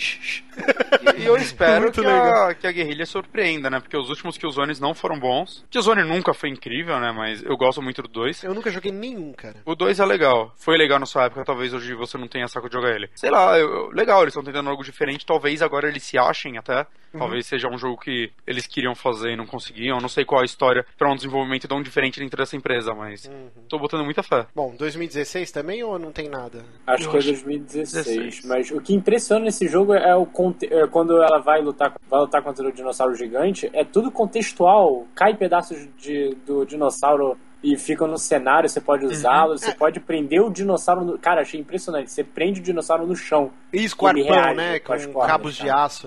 S3: E eu espero que a guerrilha surpreenda, né, porque os últimos Killzones não foram bons. Killzone nunca foi incrível, né, mas eu gosto muito do 2.
S1: Eu nunca joguei nenhum, cara.
S3: O 2 é legal, foi legal na sua época, talvez hoje você não tenha saco de jogar ele. Sei lá, legal, eles estão tentando algo diferente, talvez agora eles se achem até, talvez seja um jogo que eles queriam fazer e não conseguiam, não sei qual a história pra um desenvolvimento tão diferente dentro dessa empresa, mas tô botando muita fé.
S1: Bom, 2016 também ou não tem nada?
S4: Acho que é 2016, mas o que impressiona nesse jogo é quando ela vai lutar contra o dinossauro gigante, é tudo contextual, cai pedaços do dinossauro e ficam no cenário, você pode usá-lo, você pode prender o dinossauro Cara, achei impressionante, você prende o dinossauro no chão.
S1: Isso, com arpão, né? Com cabos de aço, né?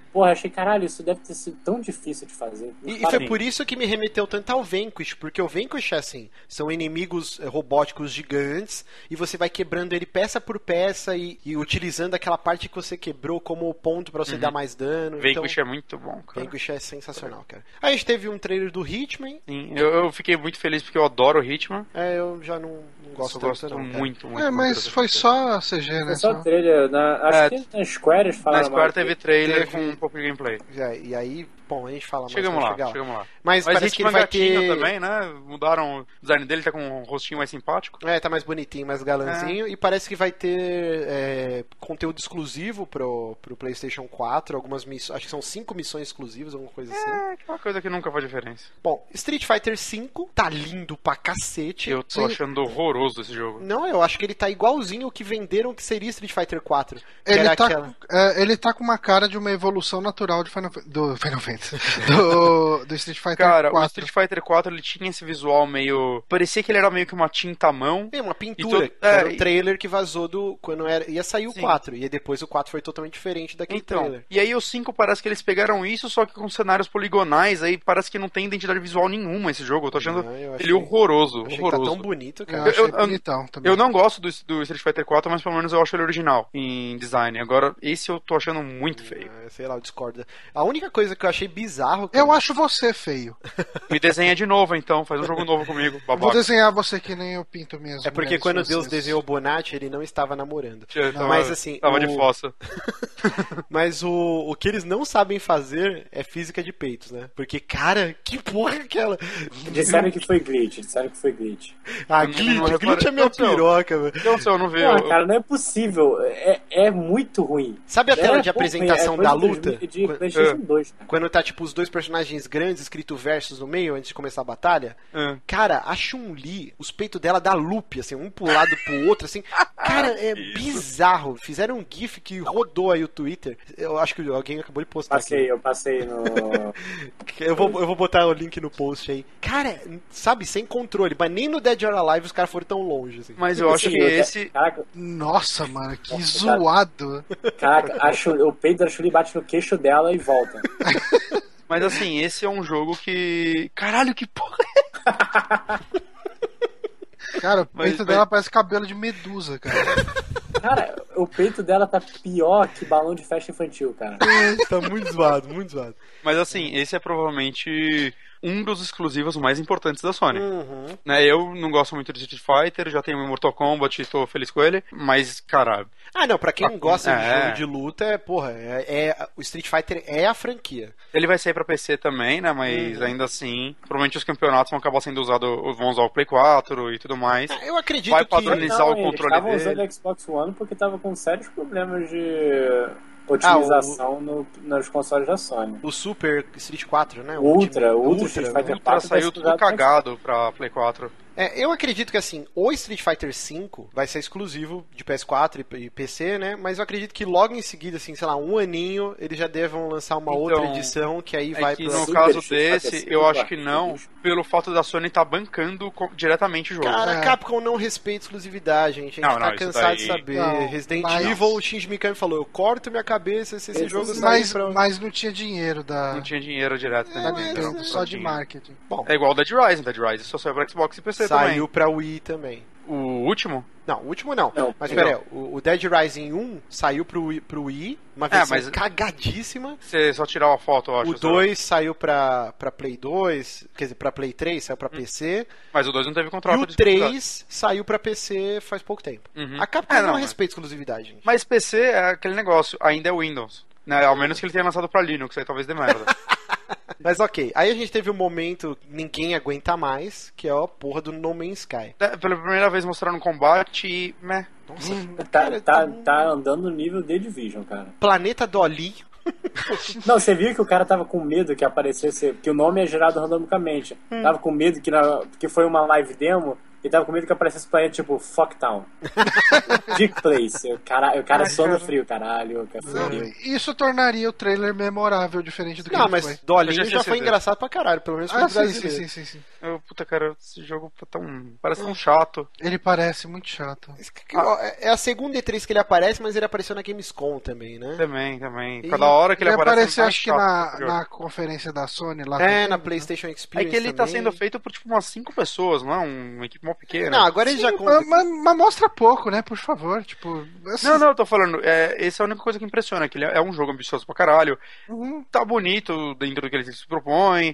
S4: porra, achei, caralho, isso deve ter sido tão difícil de fazer.
S1: E foi por isso que me remeteu tanto ao Vanquish, porque o Vanquish é assim, são inimigos robóticos gigantes, e você vai quebrando ele peça por peça e utilizando aquela parte que você quebrou como ponto pra você dar mais dano.
S3: Vanquish
S1: então,
S3: é muito bom, cara.
S1: Vanquish é sensacional, cara. Aí a gente teve um trailer do Hitman.
S3: Sim, eu fiquei muito feliz porque eu adoro o Hitman.
S1: Eu já não gosto tanto, não.
S3: Muito.
S2: Mas foi só CG, né?
S4: Foi só trailer. Acho que na Square eles falaram.
S3: Na Square teve trailer com um pouco de gameplay.
S1: E aí, bom, a gente fala mais.
S3: Chegamos lá.
S1: Mas parece que ele vai ter
S3: também, né? Mudaram o design dele, tá com um rostinho mais simpático.
S1: Tá mais bonitinho, mais galanzinho. E parece que vai ter conteúdo exclusivo pro PlayStation 4. Algumas missões, acho que são 5 missões exclusivas, alguma coisa assim.
S3: Uma coisa que nunca faz diferença.
S1: Bom, Street Fighter V tá lindo pra cacete.
S3: Eu tô achando horroroso esse jogo.
S1: Não, eu acho que ele tá igualzinho o que venderam que seria Street Fighter 4.
S2: Ele tá com uma cara de uma evolução natural de do Final Fantasy. do Street Fighter 4.
S3: Cara, o Street Fighter 4 ele tinha esse visual meio... Parecia que ele era meio que uma tinta à mão.
S1: Uma pintura. Era o trailer que vazou quando ia sair o 4. E depois o 4 foi totalmente diferente daquele trailer.
S3: E aí o 5 parece que eles pegaram isso, só que com cenários poligonais. Aí parece que não tem identidade visual nenhuma esse jogo. Eu tô achando ele horroroso.
S1: Achei que tá tão bonito, cara.
S2: Eu achei bonitão também.
S3: Eu não gosto do Street Fighter 4, mas pelo menos eu acho ele original em design. Agora, esse eu tô achando muito feio.
S1: Sei lá, eu discordo. A única coisa que eu achei bizarro... Cara,
S2: eu acho você feio.
S3: Me desenha de novo, então. Faz um jogo novo comigo, babaca.
S2: Vou desenhar você que nem eu pinto mesmo.
S1: É porque quando Deus desenhou o Bonatti, ele não estava namorando.
S3: Mas assim... Tava de fossa.
S1: Mas o que eles não sabem fazer é física de peitos, né? Porque, cara, que porra é aquela?
S4: Disseram que foi glitch.
S1: Glitch é minha piroca, velho.
S3: Eu não vi.
S4: Cara, não é possível. É muito ruim.
S1: Sabe a tela de apresentação da luta?
S4: De PlayStation 2.
S1: Quando tá, tipo, os dois personagens grandes escrito versus no meio, antes de começar a batalha? Cara, a Chun-Li, os peitos dela dá loop, assim, um pro lado pro outro, assim. Cara, é bizarro. Fizeram um GIF que rodou aí o Twitter. Eu acho que alguém acabou de postar aqui.
S4: Eu passei no...
S1: eu vou botar o link no post aí. Cara, sabe, sem controle. Mas nem no Dead or Alive os caras foram tão longe, assim.
S3: Mas eu acho que esse...
S4: Caraca.
S2: Nossa, mano, que zoado.
S4: Caraca, o peito da Chun-Li bate no queixo dela e volta.
S3: Mas assim, esse é um jogo que... Caralho, que porra
S2: Cara, o peito dela parece cabelo de medusa, cara.
S4: Cara, o peito dela tá pior que balão de festa infantil, cara.
S1: Tá muito zoado, muito zoado.
S3: Mas assim, esse é provavelmente um dos exclusivos mais importantes da Sony. Né, eu não gosto muito de Street Fighter, já tenho o Mortal Kombat e tô feliz com ele, mas, cara...
S1: não, pra quem gosta de jogo de luta, o Street Fighter é a franquia.
S3: Ele vai sair pra PC também, né, mas ainda assim, provavelmente os campeonatos vão acabar sendo usados, vão usar o Play 4 e tudo mais.
S1: Eu acredito
S3: vai padronizar o controle dele.
S4: Eles estavam usando o Xbox One porque tava com sérios problemas de... otimização nos consoles da Sony.
S1: O Super Street 4, né?
S4: Ultra Street Fighter 4
S3: saiu tudo cagado pra Play 4.
S1: Eu acredito que assim, o Street Fighter V vai ser exclusivo de PS4 e PC, né? Mas eu acredito que logo em seguida, assim, sei lá, um aninho, eles já devam lançar uma outra edição que aí vai
S3: pro... No caso desse, eu acho que não, pelo fato da Sony estar bancando diretamente o jogo.
S1: Cara, a Capcom não respeita exclusividade, gente. A gente tá cansado de saber. Resident Evil, o Shinji Mikami falou, eu corto minha cabeça se esse jogo sair pra...
S2: Mas não tinha dinheiro
S3: Não tinha dinheiro direto.
S2: Só de marketing.
S3: Bom, é igual o Dead Rising só saiu pra Xbox e PC também.
S1: Saiu pra Wii também.
S3: O último?
S1: Não, o último não. Mas pera aí, o Dead Rising 1 saiu pro Wii, uma versão cagadíssima.
S3: Você só tirar uma foto, eu acho.
S1: O 2 saiu pra Play 2, quer dizer, pra Play 3, saiu pra PC.
S3: Mas o 2 não teve contrato.
S1: E o 3 saiu pra PC faz pouco tempo. A Capcom não respeita exclusividade, gente.
S3: Mas PC é aquele negócio, ainda é Windows. Né? Ao menos que ele tenha lançado pra Linux, aí talvez dê merda.
S1: Mas ok, aí a gente teve um momento que ninguém aguenta mais, que é a porra do No Man's Sky.
S3: Pela primeira vez mostraram combate e...
S1: Nossa,
S4: tá andando no nível The Division, cara.
S1: Planeta Dolly.
S4: Não, você viu que o cara tava com medo que aparecesse, que o nome é gerado randomicamente. Tava com medo que foi uma live demo, e tava com medo que aparecesse planeta tipo Fucktown. Dick Place. O cara sono frio, caralho.
S2: Isso tornaria o trailer memorável, diferente do que
S1: não, mas Dolinho já foi engraçado pra caralho, pelo menos pro
S2: brasileiro. Sim.
S3: Puta, cara, esse jogo parece tão chato.
S2: Ele parece muito chato.
S1: É a segunda E3 que ele aparece, mas ele apareceu na Gamescom também, né?
S3: Também. Cada hora que ele aparece
S2: acho que na conferência da Sony lá.
S1: Na PlayStation Experience.
S3: É que ele
S1: também.
S3: Tá sendo feito por tipo umas 5 pessoas, não é uma equipe mó pequena.
S1: Não, agora ele já conta.
S2: Mas mostra pouco, né? Por favor. Tipo,
S3: assim... Não, eu tô falando. Essa é a única coisa que impressiona, que ele é um jogo ambicioso pra caralho. Tá bonito dentro do que ele se propõe.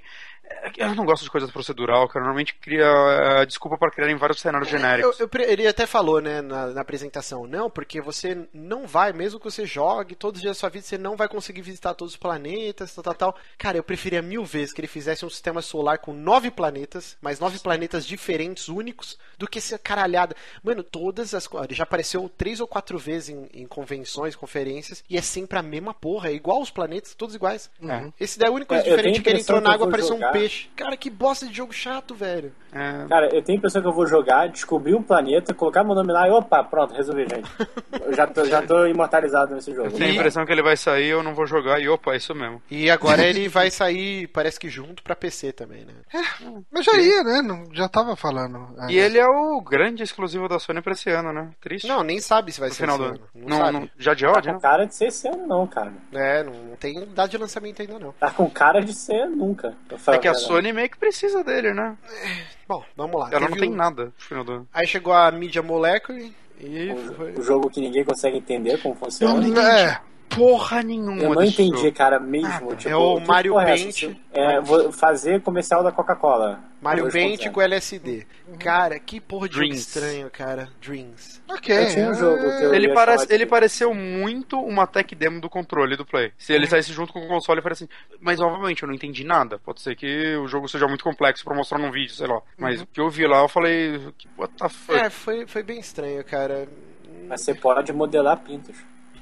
S3: Eu não gosto de coisas procedural, cara. Normalmente cria desculpa para criarem vários cenários genéricos.
S1: Ele até falou, né, na apresentação, não, porque você não vai, mesmo que você jogue todos os dias da sua vida, você não vai conseguir visitar todos os planetas, tal. Cara, eu preferia 1000 vezes que ele fizesse um sistema solar com 9 planetas, mas 9 planetas diferentes, únicos, do que essa caralhada. Mano, ele já apareceu 3 ou 4 vezes em convenções, conferências, e é sempre a mesma porra, é igual os planetas, todos iguais. Esse daí é a única coisa diferente, que ele entrou na água e apareceu um peixe. Cara, que bosta de jogo chato, velho.
S4: Cara, eu tenho a impressão que eu vou jogar, descobrir um planeta, colocar meu nome lá e opa, pronto, resolvi, gente. Eu já tô imortalizado nesse jogo.
S3: Eu tenho a impressão que ele vai sair, eu não vou jogar e opa, é isso mesmo.
S1: E agora ele vai sair, parece que junto pra PC também, né?
S2: Mas já ia, né? Já tava falando.
S3: E ele é o grande exclusivo da Sony pra esse ano, né? Triste.
S1: Não, nem sabe se vai ser
S3: final
S1: esse
S3: do
S1: ano.
S3: Não, já de ódio,
S4: né? Tá com cara de ser esse ano não, cara.
S1: Não tem data de lançamento ainda não.
S4: Tá com cara de ser nunca.
S3: É que a Sony meio que precisa dele, né?
S1: Bom, vamos lá.
S3: Ela não tem nada no final do ano.
S1: Aí chegou a Media Molecule e
S4: o jogo que ninguém consegue entender como funciona.
S3: Eu não entendi porra nenhuma.
S4: Eu não entendi, cara, mesmo.
S1: Tipo, é o Mario Paint.
S4: Vou fazer comercial da Coca-Cola.
S1: Mario Paint com LSD. Cara, que porra de jogo estranho, cara. Dreams.
S2: Ok.
S4: Eu tinha um jogo que
S3: ele pareceu muito uma tech demo do controle do Play. Se ele saísse junto com o console, parece assim. Mas, obviamente, eu não entendi nada. Pode ser que o jogo seja muito complexo pra mostrar num vídeo, sei lá. Mas o que eu vi lá, eu falei... What the fuck?
S1: Foi bem estranho, cara.
S4: Mas você pode modelar pintos.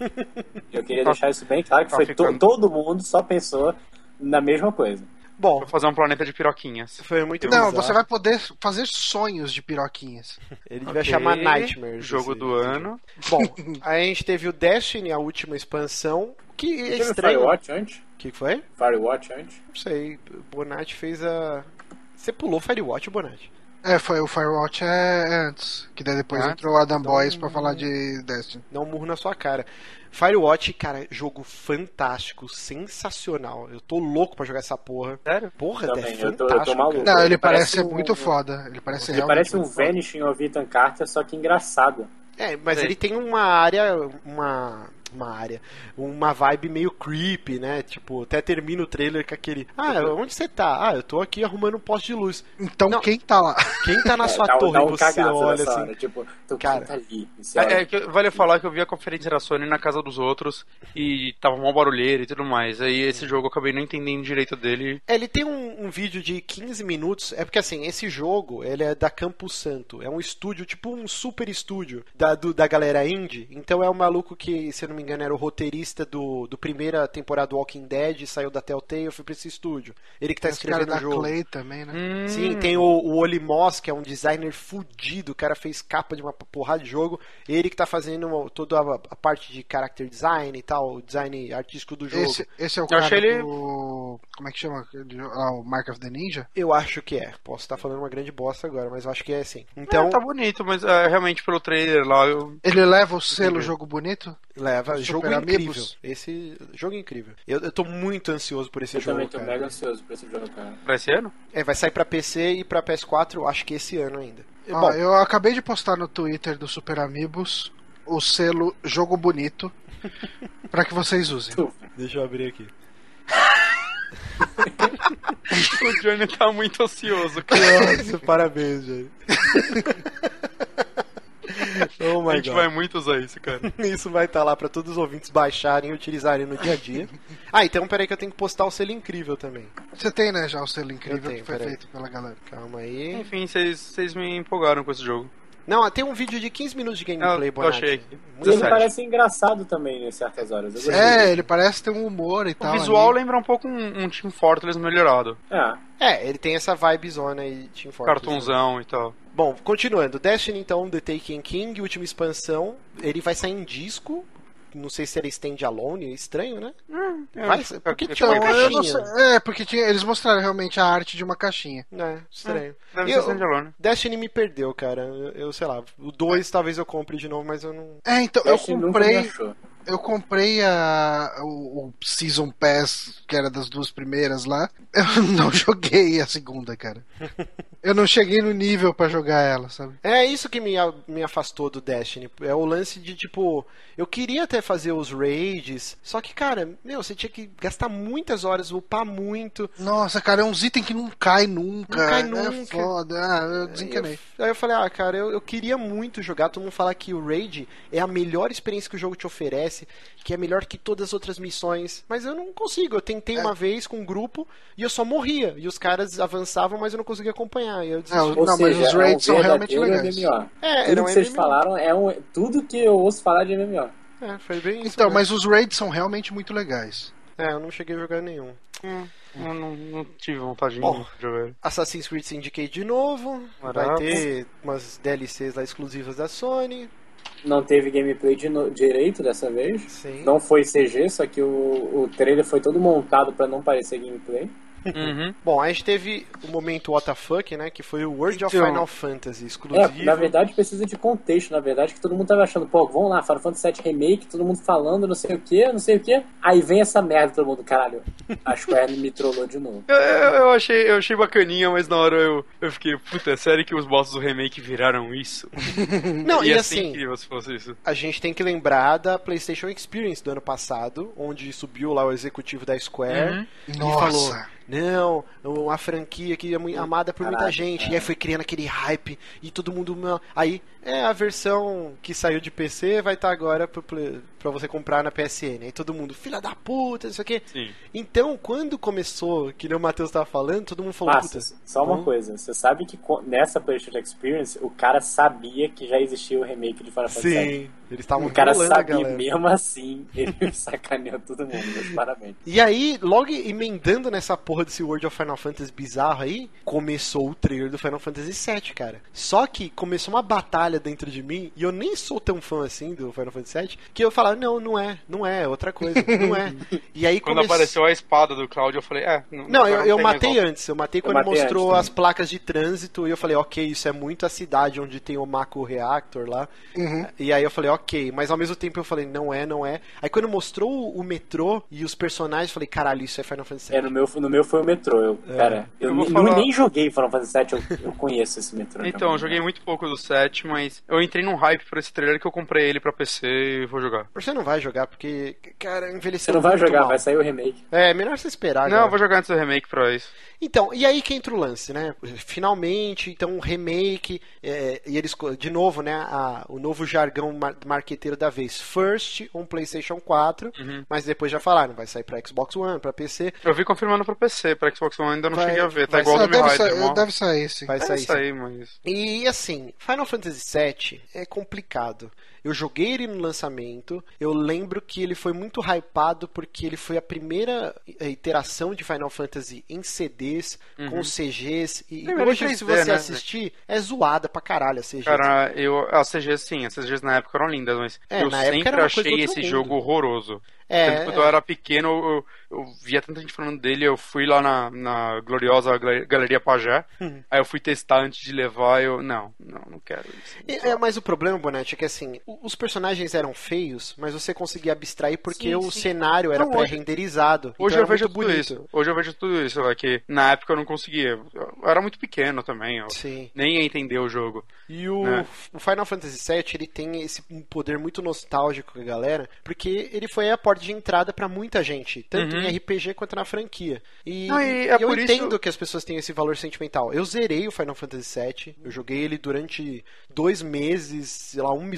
S4: Eu queria deixar isso bem claro, que foi todo mundo só pensou na mesma coisa.
S1: Bom,
S3: vou fazer um planeta de piroquinhas.
S1: Foi muito
S2: Não,
S1: bizarro.
S2: você vai poder fazer sonhos de piroquinhas.
S1: Ele vai chamar Nightmares.
S3: Jogo do ano.
S1: Bom, aí a gente teve o Destiny, a última expansão. Que é estranho.
S4: Firewatch antes?
S1: O que foi?
S4: Firewatch antes?
S1: Não sei. O Bonatti fez a... Você pulou Firewatch, Bonatti?
S2: Foi o Firewatch antes. Que daí depois entrou o Adam Boyce pra falar de Destiny.
S1: Dá um murro na sua cara. Firewatch, cara, jogo fantástico, sensacional. Eu tô louco pra jogar essa porra.
S3: Sério?
S1: Porra,
S4: também,
S1: é fantástico.
S4: Eu tô maluco.
S2: Não, ele parece ser muito foda. Ele parece
S4: um Vanishing of Ethan Carter, só que engraçado.
S1: Mas ele tem uma vibe meio creepy, né? Tipo, até termina o trailer com aquele... onde você tá? Eu tô aqui arrumando um poste de luz.
S2: Então não, quem tá lá?
S1: Quem tá na sua torre e você olha assim...
S4: Hora, tipo,
S1: cara,
S4: quem tá ali?
S3: Vale falar que eu vi a conferência da Sony na casa dos outros e tava mó barulheiro e tudo mais. Aí esse jogo eu acabei não entendendo direito dele.
S1: Ele tem um vídeo de 15 minutos. É porque assim, esse jogo, ele é da Campus Santo. É um estúdio, tipo um super estúdio da galera indie. Então é um maluco que, se eu não me engano, era o roteirista do primeira temporada do Walking Dead, saiu da Telltale, foi pra esse estúdio. Ele que tá escrevendo o jogo.
S2: Clay também, né?
S1: Sim, tem o Oli Moss, que é um designer fudido, o cara fez capa de uma porrada de jogo. Ele que tá fazendo toda a parte de character design e tal, o design artístico do jogo.
S2: Esse é o cara do... Como é que chama? O Mark of the Ninja?
S1: Eu acho que é. Posso estar falando uma grande bosta agora, mas eu acho que é sim. Então...
S3: tá bonito, mas realmente pelo trailer lá...
S2: Ele leva o selo jogo bonito?
S1: Leva, jogo incrível. Esse jogo é incrível. Eu tô muito ansioso por esse jogo.
S4: Eu também tô mega ansioso por esse jogo, cara.
S3: Pra esse ano?
S1: Vai sair pra PC e pra PS4, eu acho que esse ano ainda.
S2: Bom, eu acabei de postar no Twitter do Super Amigos o selo Jogo Bonito pra que vocês usem.
S1: Deixa eu abrir aqui.
S3: O Johnny tá muito ansioso, cara.
S1: Nossa, parabéns, Johnny. Oh my
S3: a gente
S1: God.
S3: vai muito usar isso, cara.
S1: Isso vai estar lá pra todos os ouvintes baixarem e utilizarem no dia a dia. Então peraí que eu tenho que postar o selo incrível também.
S2: Você tem, né, já o selo incrível
S1: tenho,
S2: que foi feito pela galera.
S1: Calma aí.
S3: Enfim, vocês me empolgaram com esse jogo.
S1: Não, tem um vídeo de 15 minutos de gameplay, Bonatti.
S3: Eu achei.
S4: E ele parece engraçado também em certas horas.
S2: Ele parece ter um humor e tal.
S3: O visual lembra um pouco um Team Fortress melhorado.
S1: Ele tem essa vibezona aí, Team Fortress.
S3: Cartunzão e tal.
S1: Bom, continuando. Destiny, então, The Taken King, última expansão. Ele vai sair em disco. Não sei se era stand-alone, é estranho, né? Porque tinha uma caixinha.
S2: Porque eles mostraram realmente a arte de uma caixinha.
S1: Estranho.
S3: Deve ser stand-alone.
S1: Destiny me perdeu, cara. Eu sei lá, o 2 talvez eu compre de novo, mas eu não...
S2: Então, eu comprei o Season Pass, que era das 2 primeiras lá. Eu não joguei a segunda, cara. Eu não cheguei no nível pra jogar ela, sabe?
S1: É isso que me afastou do Destiny. É o lance de, tipo... Eu queria até fazer os raids, só que, cara, você tinha que gastar muitas horas, upar muito.
S2: Nossa, cara, é uns itens que não cai nunca.
S1: Não cai nunca.
S2: É foda. Eu desencanei.
S1: Aí eu falei, cara, eu queria muito jogar. Todo mundo fala que o raid é a melhor experiência que o jogo te oferece, que é melhor que todas as outras missões. Mas eu não consigo. Eu tentei uma vez com um grupo e eu só morria. E os caras avançavam, mas eu não conseguia acompanhar. E eu desisti.
S2: Mas os raids são realmente legais.
S4: MMO. Tudo que vocês falaram tudo que eu ouço falar de MMO.
S1: Foi bem isso.
S2: Então, mas os raids são realmente muito legais.
S1: Eu não cheguei a jogar nenhum.
S3: Eu não tive vontade de jogar.
S1: Assassin's Creed Syndicate de novo. Vai ter umas DLCs lá exclusivas da Sony.
S4: Não teve gameplay direito dessa vez.
S1: Sim.
S4: Não foi CG, só que o trailer foi todo montado pra não parecer gameplay.
S1: Bom, a gente teve o momento WTF, né, que foi o World of Final Fantasy exclusivo.
S4: Na verdade precisa de contexto, na verdade, que todo mundo tava achando, vamos lá, Final Fantasy VII Remake, todo mundo falando, não sei o que, aí vem essa merda, todo mundo, caralho, a Square me trollou de novo.
S3: Eu achei bacaninha, mas na hora eu fiquei, puta, é sério que os bosses do remake viraram isso?
S1: Não, e assim,
S3: se fosse isso.
S1: A gente tem que lembrar da PlayStation Experience do ano passado, onde subiu lá o executivo da Square e falou... Não, uma franquia que é amada por muita gente. E aí foi criando aquele hype e todo mundo... Aí a versão que saiu de PC vai estar agora pra você comprar na PSN. Aí todo mundo, filha da puta, não sei o quê.
S3: Sim.
S1: Então, quando começou, que nem o Matheus tava falando, todo mundo falou...
S4: puta, só uma coisa, você sabe que nessa PlayStation Experience, o cara sabia que já existia o remake de Final Fantasy VII.
S1: Sim, eles estavam
S4: o cara sabia, mesmo assim, ele sacaneou todo mundo, meus parabéns.
S1: E aí, logo emendando nessa porra desse World of Final Fantasy bizarro aí, começou o trailer do Final Fantasy VII, cara. Só que começou uma batalha dentro de mim, e eu nem sou tão fã assim do Final Fantasy VII, que eu falava, não é outra coisa, não é. E aí
S3: quando apareceu a espada do Cloud, eu falei,
S1: Não, eu matei antes, eu matei quando mostrou as placas de trânsito, e eu falei, ok, isso é muito a cidade onde tem o Mako Reactor lá. E aí eu falei, ok, mas ao mesmo tempo eu falei, não é. Aí quando mostrou o metrô e os personagens, eu falei, caralho, isso é Final Fantasy VII.
S4: No meu foi o metrô. Eu nem joguei Final Fantasy VII, eu conheço esse metrô.
S3: Então, eu joguei muito pouco do 7, mas eu entrei num hype por esse trailer que eu comprei ele pra PC e vou jogar.
S1: Você não vai jogar, porque, cara, envelheceu.
S4: Você não vai jogar,
S1: mal.
S4: vai sair o remake.
S1: Melhor você esperar.
S3: Não, eu vou jogar antes do remake pra isso.
S1: Então, e aí que entra o lance, né? Finalmente, então, um remake, e eles, de novo, né, o novo jargão marqueteiro da vez. First, um PlayStation 4, mas depois já falaram, vai sair pra Xbox One, pra PC.
S3: Eu vi confirmando pra PC, pra Xbox One ainda não cheguei a ver, tá igual do Tomb Raider.
S2: Deve sair, sim.
S1: Vai sair,
S3: mas...
S1: E assim, Final Fantasy VII é complicado. Eu joguei ele no lançamento, eu lembro que ele foi muito hypado porque ele foi a primeira iteração de Final Fantasy em CDs, com CGs, e hoje 3D, se você assistir, é zoada pra caralho a CG.
S3: Cara, as CGs na época eram lindas, mas eu sempre achei esse jogo horroroso. Quando eu era pequeno, eu via tanta gente falando dele, eu fui lá na gloriosa Galeria Pajé, aí eu fui testar antes de levar, não quero isso.
S1: Mas o problema, Bonetti, é que assim, os personagens eram feios, mas você conseguia abstrair porque o cenário era pré-renderizado.
S3: Hoje eu vejo tudo isso. Hoje eu vejo tudo isso, que na época eu não conseguia. Eu era muito pequeno também, eu nem ia entender o jogo.
S1: E o Final Fantasy VII, ele tem esse poder muito nostálgico com a galera, porque ele foi a porta de entrada pra muita gente, tanto em RPG quanto na franquia. E eu entendo que as pessoas têm esse valor sentimental. Eu zerei o Final Fantasy VII, eu joguei ele durante 2 meses, sei lá, 1 zilhão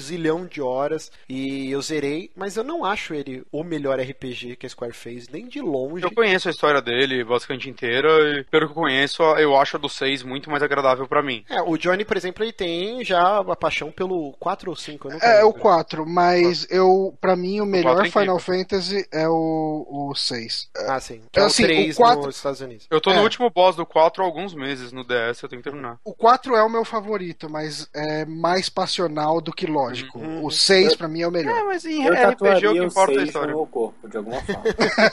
S1: milhão de horas e eu zerei, mas eu não acho ele o melhor RPG que a Square fez, nem de longe.
S3: Eu conheço a história dele basicamente inteira e, pelo que eu conheço, eu acho a do 6 muito mais agradável pra mim.
S1: O Johnny, por exemplo, ele tem já a paixão pelo 4 ou 5, eu não
S2: É o 4, mas pra mim o melhor Final Fantasy é o 6.
S1: Ah, sim. Que é o 3 nos Estados Unidos.
S3: Eu tô no último boss do 4 há alguns meses no DS, eu tenho que terminar.
S2: O 4 é o meu favorito, mas é mais passional do que lógico. O 6 pra mim é o melhor.
S3: Mas em RPG o que importa é a história.
S4: No meu corpo, de alguma forma.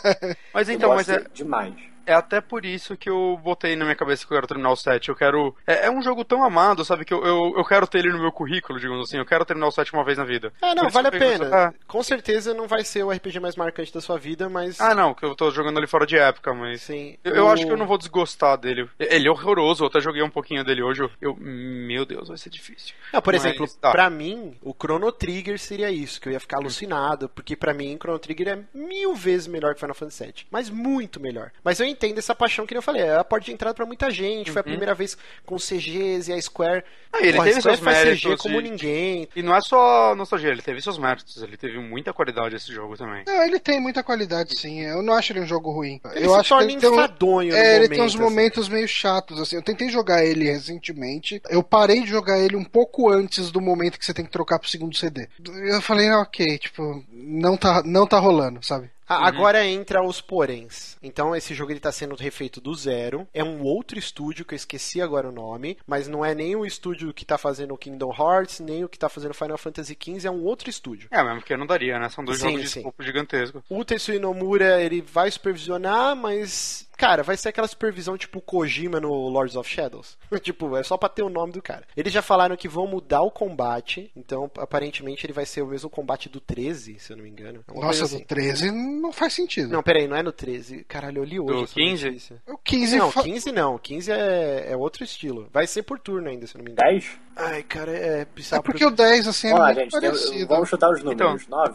S3: Mas então,
S4: demais.
S3: É até por isso que eu botei na minha cabeça que eu quero terminar o 7. Eu quero... É um jogo tão amado, sabe? Que eu quero ter ele no meu currículo, digamos assim. Eu quero terminar o 7 uma vez na vida.
S1: Não, vale a pena. Com certeza não vai ser o RPG mais marcante da sua vida, mas...
S3: Não, que eu tô jogando ali fora de época, mas...
S1: Sim.
S3: Eu acho que eu não vou desgostar dele. Ele é horroroso, eu até joguei um pouquinho dele hoje. Meu Deus, vai ser difícil.
S1: Por exemplo, pra mim, o Chrono Trigger seria isso, que eu ia ficar alucinado, porque pra mim, Chrono Trigger é 1000 vezes melhor que Final Fantasy VII. Mas muito melhor. Mas eu entendo essa paixão que eu falei, é a porta de entrada pra muita gente, foi a primeira vez com CGs e a Square...
S3: ele teve seus méritos
S1: CG como ninguém.
S3: E não é só nostalgia, ele teve seus méritos, ele teve muita qualidade esse jogo também.
S2: Ele tem muita qualidade, sim. Eu não acho ele um jogo ruim.
S1: Eu acho que ele enfadonho
S2: ele tem uns momentos meio chatos, assim. Eu tentei jogar ele recentemente, eu parei de jogar ele um pouco antes do momento que você tem que trocar pro segundo CD. Eu falei, ok, tipo, não tá rolando, sabe?
S1: Agora entra os poréns. Então esse jogo ele tá sendo refeito do zero. É um outro estúdio que eu esqueci agora o nome, mas não é nem o estúdio que tá fazendo o Kingdom Hearts, nem o que tá fazendo Final Fantasy XV, é um outro estúdio.
S3: Mesmo porque não daria, né? São dois jogos de escopo gigantesco.
S1: O Tetsuya Nomura, ele vai supervisionar, mas... Cara, vai ser aquela supervisão tipo Kojima no Lords of Shadows. Tipo, é só pra ter o nome do cara. Eles já falaram que vão mudar o combate, então aparentemente ele vai ser o mesmo combate do 13, se eu não me engano.
S2: Nossa, do 13 não faz sentido.
S1: Não, peraí, não é no 13. Caralho, eu li hoje.
S3: Do 15?
S2: O 15
S1: não, 15 não. 15 é outro estilo. Vai ser por turno ainda, se eu não me engano.
S4: 10?
S1: Ai, cara,
S2: porque o 10, assim, é muito
S4: gente,
S2: parecido.
S4: Vamos chutar os números. 9,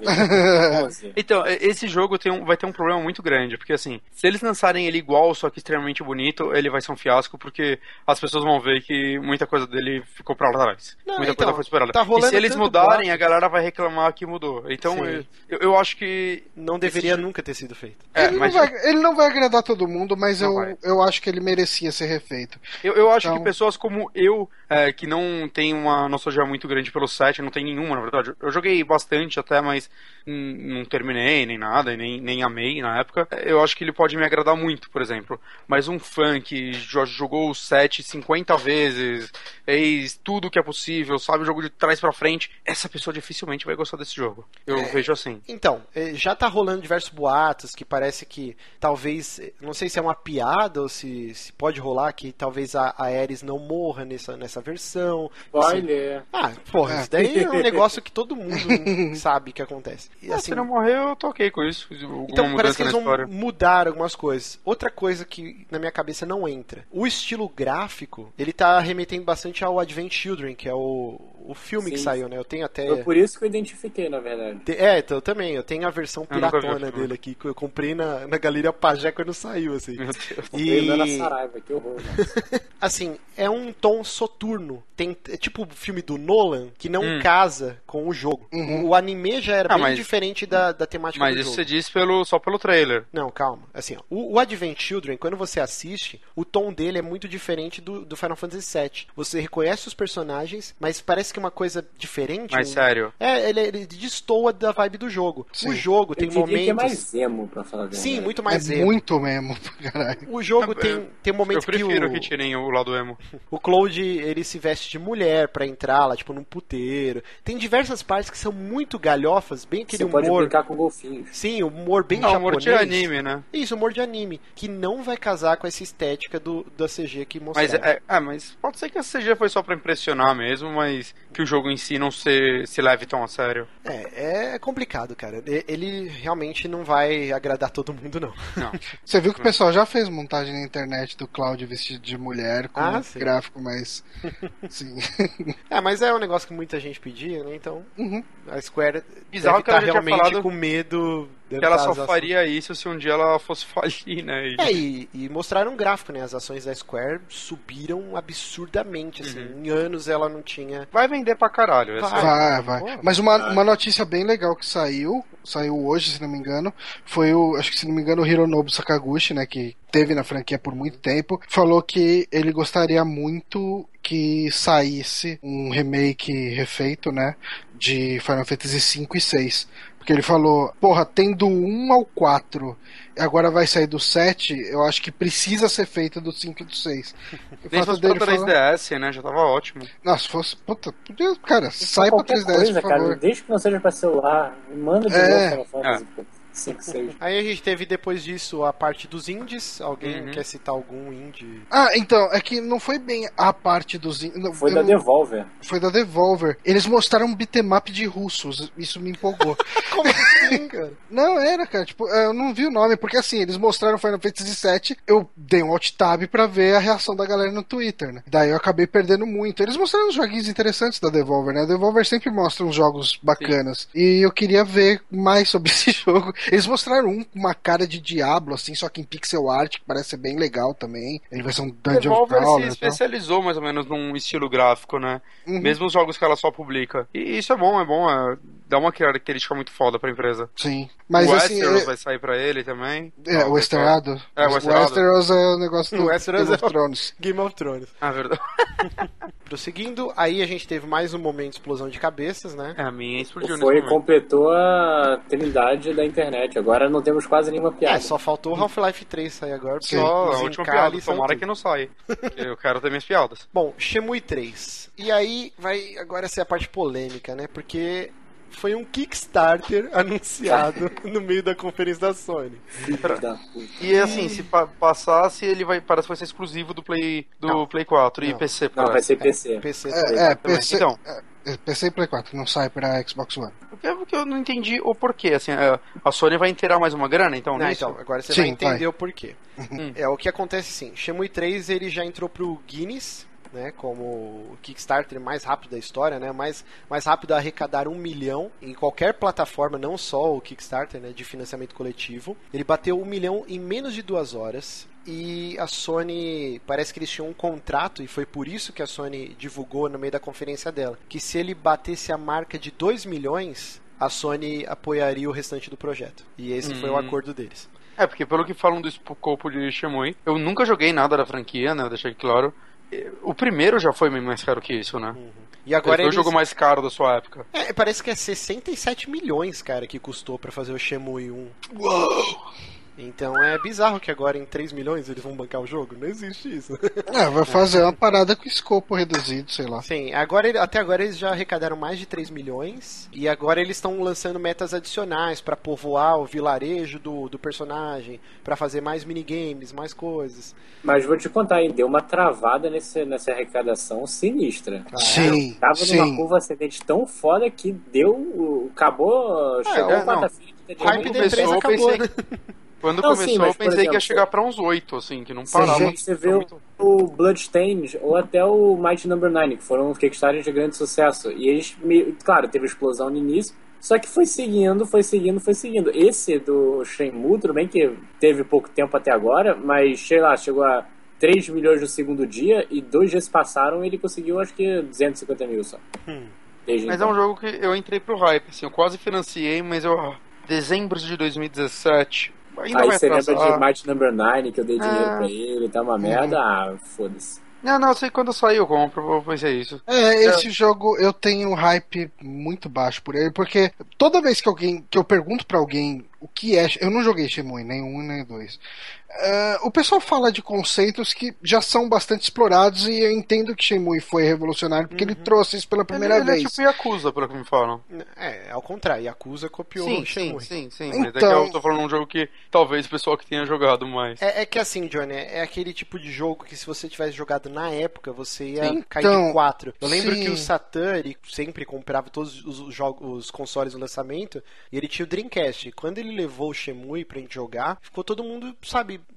S4: 11.
S3: Então, esse jogo vai ter um problema muito grande, porque assim, se eles lançarem ele igual, só que extremamente bonito, ele vai ser um fiasco, porque as pessoas vão ver que muita coisa dele ficou pra trás. Muita coisa foi superada. E se eles mudarem, a galera vai reclamar que mudou. Então, eu acho que...
S1: Não deveria nunca ter sido feito.
S2: Ele não vai agradar todo mundo, mas eu acho que ele merecia ser refeito.
S3: Eu acho que pessoas como eu, que não tem uma nostalgia muito grande pelo 7, não tem nenhuma, na verdade. Eu joguei bastante até, mas não terminei nem nada, nem amei na época. Eu acho que ele pode me agradar muito, por exemplo. Mas um fã que jogou o 7 50 vezes, fez tudo que é possível, sabe o jogo de trás pra frente, essa pessoa dificilmente vai gostar desse jogo. Eu vejo assim.
S1: Então, já tá rolando diversos boatos que parece que talvez, não sei se é uma piada ou se pode rolar que talvez a Ares não morra nessa versão.
S4: Olha.
S1: Isso daí é um negócio que todo mundo sabe que acontece. E, assim,
S3: se não morrer, eu tô ok com isso.
S1: Então parece que eles vão mudar algumas coisas. Outra coisa que na minha cabeça não entra. O estilo gráfico, ele tá remetendo bastante ao Advent Children, que é o filme que saiu, né? Eu tenho até...
S4: Foi por isso que eu identifiquei, na verdade.
S1: Então, eu também. Eu tenho a versão piratona dele aqui, que eu comprei na Galeria Pajé quando saiu, assim.
S3: Meu Deus.
S4: Comprei na Saraiva, que horror,
S1: assim, é um tom soturno. É tipo o filme do Nolan, que não casa com o jogo. O anime já era bem diferente da temática do jogo.
S3: Mas isso você disse só pelo trailer.
S1: Não, calma. Assim, ó, o Advent Children, quando você assiste, o tom dele é muito diferente do Final Fantasy VII. Você reconhece os personagens, mas parece que é uma coisa diferente.
S3: Mais sério.
S1: Ele destoa da vibe do jogo. Sim. O jogo tem momentos...
S4: que é mais emo, pra falar a verdade.
S1: Sim, muito mais emo.
S2: Muito emo, caralho.
S1: O jogo tem momentos que
S3: eu prefiro que tirem o lado emo.
S1: O Cloud, ele se veste de mulher pra entrar lá, tipo, num puteiro. Tem diversas partes que são muito galhofas, bem aquele humor...
S4: Você pode brincar com golfinhos.
S1: Sim, humor bem japonês.
S3: Humor de anime, né?
S1: Isso, humor de anime. Que não vai casar com essa estética da CG que mostraram.
S3: Mas pode ser que a CG foi só pra impressionar mesmo, mas que o jogo em si não se leve tão a sério.
S1: É complicado, cara. Ele realmente não vai agradar todo mundo, não.
S2: Você viu que o pessoal já fez montagem na internet do Cloud vestido de mulher com gráfico mais... sim.
S1: Mas é um negócio que muita gente pedia, né? Então, a Square
S3: bizarro
S1: deve estar realmente com medo
S3: que ela só faria isso se um dia ela fosse falir, né?
S1: E mostraram um gráfico, né? As ações da Square subiram absurdamente, assim. Em anos ela não tinha...
S3: Vai vender pra caralho.
S2: Vai. Mas uma notícia bem legal que saiu hoje, se não me engano, foi acho que se não me engano, o Hironobu Sakaguchi, né, que teve na franquia por muito tempo, falou que ele gostaria muito que saísse um remake refeito, né, de Final Fantasy V e 6. Porque ele falou, porra, tem do 1 ao 4, agora vai sair do 7, eu acho que precisa ser feito do 5 e do 6.
S3: Nem fosse pra 3DS, né? Já tava ótimo.
S2: Nossa, se fosse... Puta, podia, cara, sai pra 3DS, coisa, por favor.
S4: Cara, desde que não seja pra celular, manda de novo Final Fantasy. 5, 6.
S1: Aí a gente teve depois disso a parte dos indies. Alguém quer citar algum indie?
S2: Então, é que não foi bem a parte dos indies.
S4: Foi da Devolver.
S2: Foi da Devolver. Eles mostraram um beat'em-up de russos. Isso me empolgou.
S1: Como assim, cara?
S2: Não, era, cara. Tipo, eu não vi o nome, porque assim, eles mostraram Final Fantasy VII, eu dei um alt-tab pra ver a reação da galera no Twitter, né? Daí eu acabei perdendo muito. Eles mostraram uns joguinhos interessantes da Devolver, né? A Devolver sempre mostra uns jogos bacanas. Sim. E eu queria ver mais sobre esse jogo. Eles mostraram uma cara de Diablo, assim, só que em pixel art, que parece ser bem legal também. Ele vai ser um dungeon
S3: Devolver
S2: crawler.
S3: Se especializou mais ou menos num estilo gráfico, né? Mesmo os jogos que ela só publica. E isso é bom. Dá uma característica muito foda pra empresa.
S2: Sim. Mas,
S3: o
S2: assim,
S3: Westeros vai sair pra ele também.
S2: O Westeros. O Westeros é o negócio do
S1: Westeros
S2: Game of Thrones.
S1: Game of Thrones.
S3: Verdade.
S1: Prosseguindo, aí a gente teve mais um momento de explosão de cabeças, né?
S3: A minha explodiu
S4: completou a trindade da internet. Agora não temos quase nenhuma piada.
S1: Só faltou o Half-Life 3 sair agora.
S3: Só a última piada. Tomara que não saia. Eu quero ter minhas piadas.
S1: Bom, Shenmue 3. E aí vai agora ser a parte polêmica, né? Porque foi um Kickstarter anunciado no meio da conferência da Sony.
S3: E assim, se passasse, ele parece que vai ser exclusivo do Play 4 e PC.
S4: Não, vai ser PC.
S1: PC.
S2: PC. Então, PC e Play 4, não sai pra Xbox One.
S3: Porque eu não entendi o porquê. Assim, a Sony vai inteirar mais uma grana, então, nisso?
S1: Então, agora você vai entender o porquê. O que acontece assim, Shenmue 3 ele já entrou pro Guinness, né, como o Kickstarter mais rápido da história, né, mais rápido a arrecadar 1 milhão em qualquer plataforma, não só o Kickstarter, né, de financiamento coletivo. Ele bateu 1 milhão em menos de 2 horas. E a Sony, parece que eles tinham um contrato, e foi por isso que a Sony divulgou no meio da conferência dela, que se ele batesse a marca de 2 milhões, a Sony apoiaria o restante do projeto. E esse foi o acordo deles.
S3: Porque pelo que falam do escopo de Shenmue, eu nunca joguei nada da franquia, né, eu deixei claro. O primeiro já foi mais caro que isso, né?
S1: E agora
S3: foi o jogo mais caro da sua época.
S1: Parece que é 67 milhões, cara, que custou pra fazer o Shenmue 1.
S3: Uou!
S1: Então é bizarro que agora em 3 milhões eles vão bancar o jogo. Não existe isso.
S2: Vai fazer uma parada com escopo reduzido, sei lá.
S1: Sim, até agora eles já arrecadaram mais de 3 milhões. E agora eles estão lançando metas adicionais pra povoar o vilarejo do personagem, pra fazer mais minigames, mais coisas.
S4: Mas vou te contar, hein, deu uma travada nessa arrecadação sinistra.
S2: Sim.
S4: Tava numa curva ascendente tão foda que acabou, chegou a quarta-feira.
S1: O hype da empresa acabou, né?
S3: Quando começou, eu pensei que ia chegar pra uns 8, assim, que não parava.
S4: Você vê o Bloodstained ou até o Mighty No. 9, que foram Kickstarters de grande sucesso. E eles, claro, teve explosão no início, só que foi seguindo. Esse do Shenmue, tudo bem que teve pouco tempo até agora, mas, sei lá, chegou a 3 milhões no segundo dia e 2 dias passaram e ele conseguiu, acho que, 250 mil só.
S3: Mas então. É um jogo que eu entrei pro hype, assim, eu quase financiei, mas dezembro de 2017...
S4: Aí você lembra de Mighty No. 9, que eu dei dinheiro pra ele, tá uma merda? Foda-se.
S3: Não, eu sei quando sair eu compro, vai ser isso.
S2: Esse jogo eu tenho um hype muito baixo por ele, porque toda vez que eu pergunto pra alguém o que é... Eu não joguei Shenmue, nem 1 nem 2. O pessoal fala de conceitos que já são bastante explorados e eu entendo que Shenmue foi revolucionário porque ele trouxe isso pela primeira vez.
S3: Ele é tipo Yakuza, pelo que me falam.
S1: Ao contrário, Yakuza copiou o Shenmue.
S3: Sim. Então... Mas é que eu tô falando de um jogo que talvez o pessoal que tenha jogado mais.
S1: É que assim, Johnny, é aquele tipo de jogo que se você tivesse jogado na época, você ia cair de 4. Eu lembro que o Satan, ele sempre comprava todos os consoles no lançamento e ele tinha o Dreamcast. Quando ele levou o Shenmue pra gente jogar, ficou todo mundo, sabe,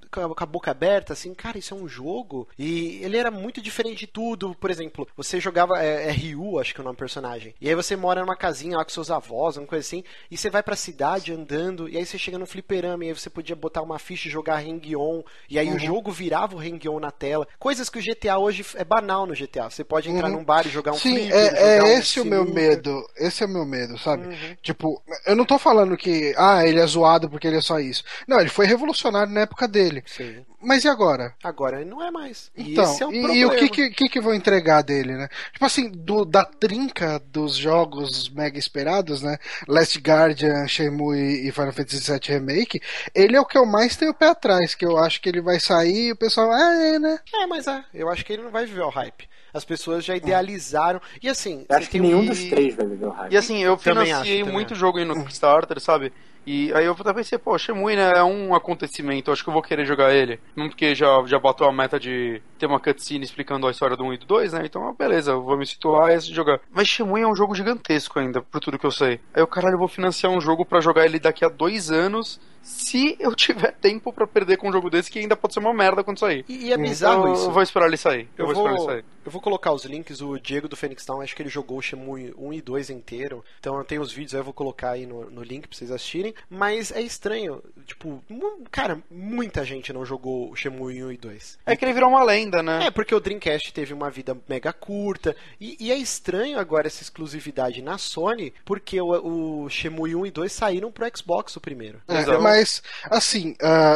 S1: com a boca aberta, assim, cara, isso é um jogo? E ele era muito diferente de tudo. Por exemplo, você jogava, Ryu, acho que é o nome do personagem, e aí você mora numa casinha lá com seus avós, uma coisa assim, e você vai pra cidade andando, e aí você chega no fliperama, e aí você podia botar uma ficha e jogar Hang-On, e aí o jogo virava o Hang-On na tela. Coisas que o GTA hoje é banal no GTA. Você pode entrar num bar e jogar um flipper.
S2: Esse é o meu medo. Esse é o meu medo, sabe? Tipo, eu não tô falando que, ele é zoado porque ele é só isso. Não, ele foi revolucionário na época dele.
S1: Sim.
S2: Mas e agora?
S1: Agora ele não é mais.
S2: Então,
S1: esse é o problema.
S2: E o que vão entregar dele, né? Tipo assim, da trinca dos jogos mega esperados, né? Last Guardian, Shenmue e Final Fantasy VII Remake, ele é o que eu mais tenho o pé atrás, que eu acho que ele vai sair e o pessoal, né?
S1: Mas eu acho que ele não vai viver o hype. As pessoas já idealizaram. E assim...
S4: Eu acho que nenhum dos três vai viver o hype.
S3: E assim, eu financiei muito jogo aí no Kickstarter, sabe? E aí eu até pensei, pô, Shenmue, né, é um acontecimento, acho que eu vou querer jogar ele. Não porque já bateu a meta de ter uma cutscene explicando a história do 1 e do 2, né? Então, beleza, eu vou me situar e jogar. Mas Shenmue é um jogo gigantesco ainda, por tudo que eu sei. Aí eu, caralho, eu vou financiar um jogo pra jogar ele daqui a 2 anos, se eu tiver tempo pra perder com um jogo desse, que ainda pode ser uma merda quando sair.
S1: E é bizarro
S3: então,
S1: isso.
S3: Eu vou esperar ele sair. Eu
S1: vou colocar os links, o Diego do Phoenix Down, acho que ele jogou o Shenmue 1 e 2 inteiro, então eu tenho os vídeos, aí eu vou colocar aí no link pra vocês assistirem, mas é estranho, tipo, cara, muita gente não jogou o Shenmue 1 e 2.
S3: É que ele virou uma lenda, né?
S1: Porque o Dreamcast teve uma vida mega curta, e é estranho agora essa exclusividade na Sony, porque o Shenmue 1 e 2 saíram pro Xbox o primeiro.
S2: Mas, assim,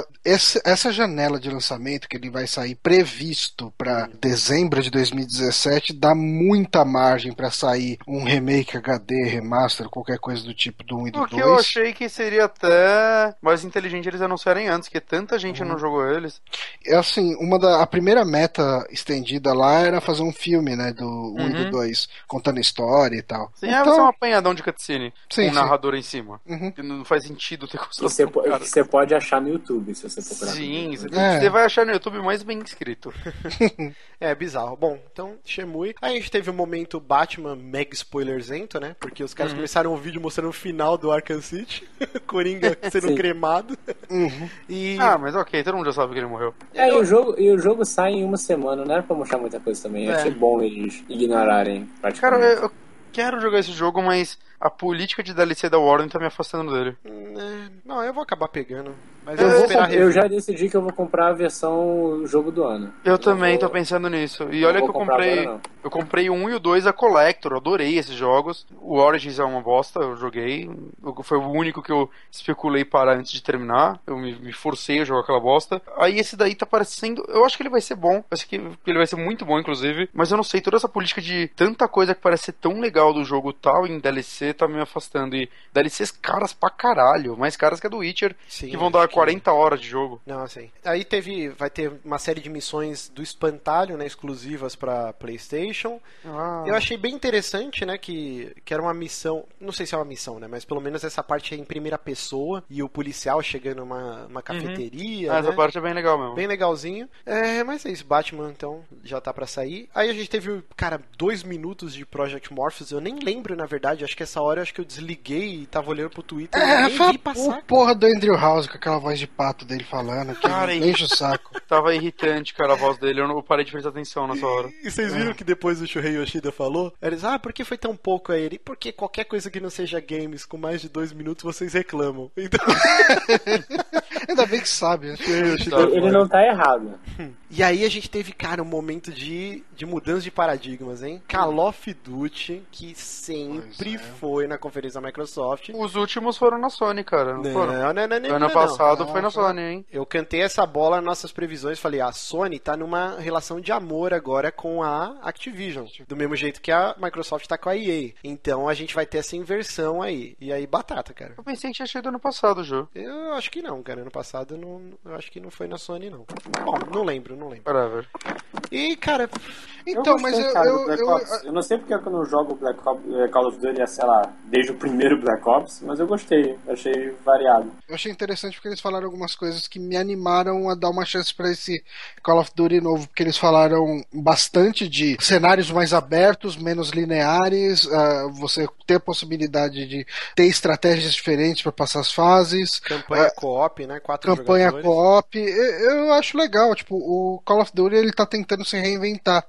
S2: essa janela de lançamento que ele vai sair previsto pra dezembro de 2017 dá muita margem pra sair um remake HD, remaster, qualquer coisa do tipo do 1 e do 2.
S3: O que eu achei que seria até mais inteligente eles anunciarem antes, que tanta gente não jogou eles.
S2: É assim, a primeira meta estendida lá era fazer um filme, né, do 1 e do 2, contando história e tal.
S3: Sim, vai ser um apanhadão de cutscene, com um narrador em cima.
S2: Que
S3: não faz sentido ter
S4: construção. Você pode achar no YouTube, se você procurar.
S3: Sim, você vai achar no YouTube mais bem escrito.
S1: É bizarro. Bom, então, Shenmue. Aí a gente teve um momento Batman mega spoilerzento, né? Porque os caras começaram um vídeo mostrando o final do Arkham City. Coringa sendo cremado.
S3: Mas ok, todo mundo já sabe que ele morreu.
S4: E o jogo sai em uma semana, não era pra mostrar muita coisa também. Eu achei bom eles ignorarem praticamente.
S3: Cara, eu quero jogar esse jogo, mas a política de DLC da Warner tá me afastando dele.
S1: Não, eu vou acabar pegando. Mas
S4: eu já decidi que eu vou comprar a versão jogo do ano.
S3: Eu também tô pensando nisso. E olha que eu comprei o 1 e o 2 a Collector, eu adorei esses jogos. O Origins é uma bosta, eu joguei. Foi o único que eu especulei parar antes de terminar. Eu me forcei a jogar aquela bosta. Aí esse daí tá parecendo... Eu acho que ele vai ser bom. Acho que ele vai ser muito bom, inclusive. Mas eu não sei, toda essa política de tanta coisa que parece ser tão legal do jogo tal em DLC tá me afastando. E DLCs caras pra caralho. Mais caras que a do Witcher.
S1: Sim,
S3: que vão dar 40 horas de jogo.
S1: Não, assim. Aí vai ter uma série de missões do Espantalho, né, exclusivas pra PlayStation. Eu achei bem interessante, né, que era uma missão, não sei se é uma missão, né, mas pelo menos essa parte é em primeira pessoa e o policial chegando numa cafeteria.
S3: Essa parte é bem legal mesmo.
S1: Bem legalzinho. Mas é isso, Batman então já tá pra sair. Aí a gente teve, cara, 2 minutos de Project Morpheus, eu nem lembro, na verdade, acho que essa hora eu desliguei e tava olhando pro Twitter e nem vi passar.
S2: Porra do Andrew House com aquela voz de pato dele falando, que cara, enche o saco.
S3: Tava irritante, cara, a voz dele, eu parei de prestar atenção nessa hora.
S1: E vocês viram que depois o Shuhei Yoshida falou? Eles, por que foi tão pouco a ele? Porque qualquer coisa que não seja games com mais de 2 minutos, vocês reclamam. Então...
S2: Ainda bem que sabe. Né?
S4: Ele não tá errado.
S1: E aí a gente teve, cara, um momento de mudança de paradigmas, hein? Call of Duty, que sempre foi na conferência da Microsoft.
S3: Os últimos foram na Sony, cara.
S1: Não.
S3: Ano passado foi na Sony, hein?
S1: Eu cantei essa bola nas nossas previsões, falei, a Sony tá numa relação de amor agora com a Activision, do mesmo jeito que a Microsoft tá com a EA. Então a gente vai ter essa inversão aí. E aí, batata, cara.
S3: Eu pensei que tinha chegado ano passado, Jô.
S1: Eu acho que não, cara. Ano passado eu acho que não foi na Sony, não. Bom, não lembro.
S3: Whatever.
S1: E, cara...
S4: Então, mas eu não sei porque eu não jogo Call of Duty, sei lá, desde o primeiro Black Ops, mas eu gostei, achei variado.
S2: Eu achei interessante porque eles falaram algumas coisas que me animaram a dar uma chance pra esse Call of Duty novo, porque eles falaram bastante de cenários mais abertos, menos lineares, você ter a possibilidade de ter estratégias diferentes para passar as fases.
S1: Campanha co-op, né? 4
S2: campanha
S1: jogadores.
S2: co-op. Eu acho legal, tipo, o Call of Duty ele tá tentando se reinventar.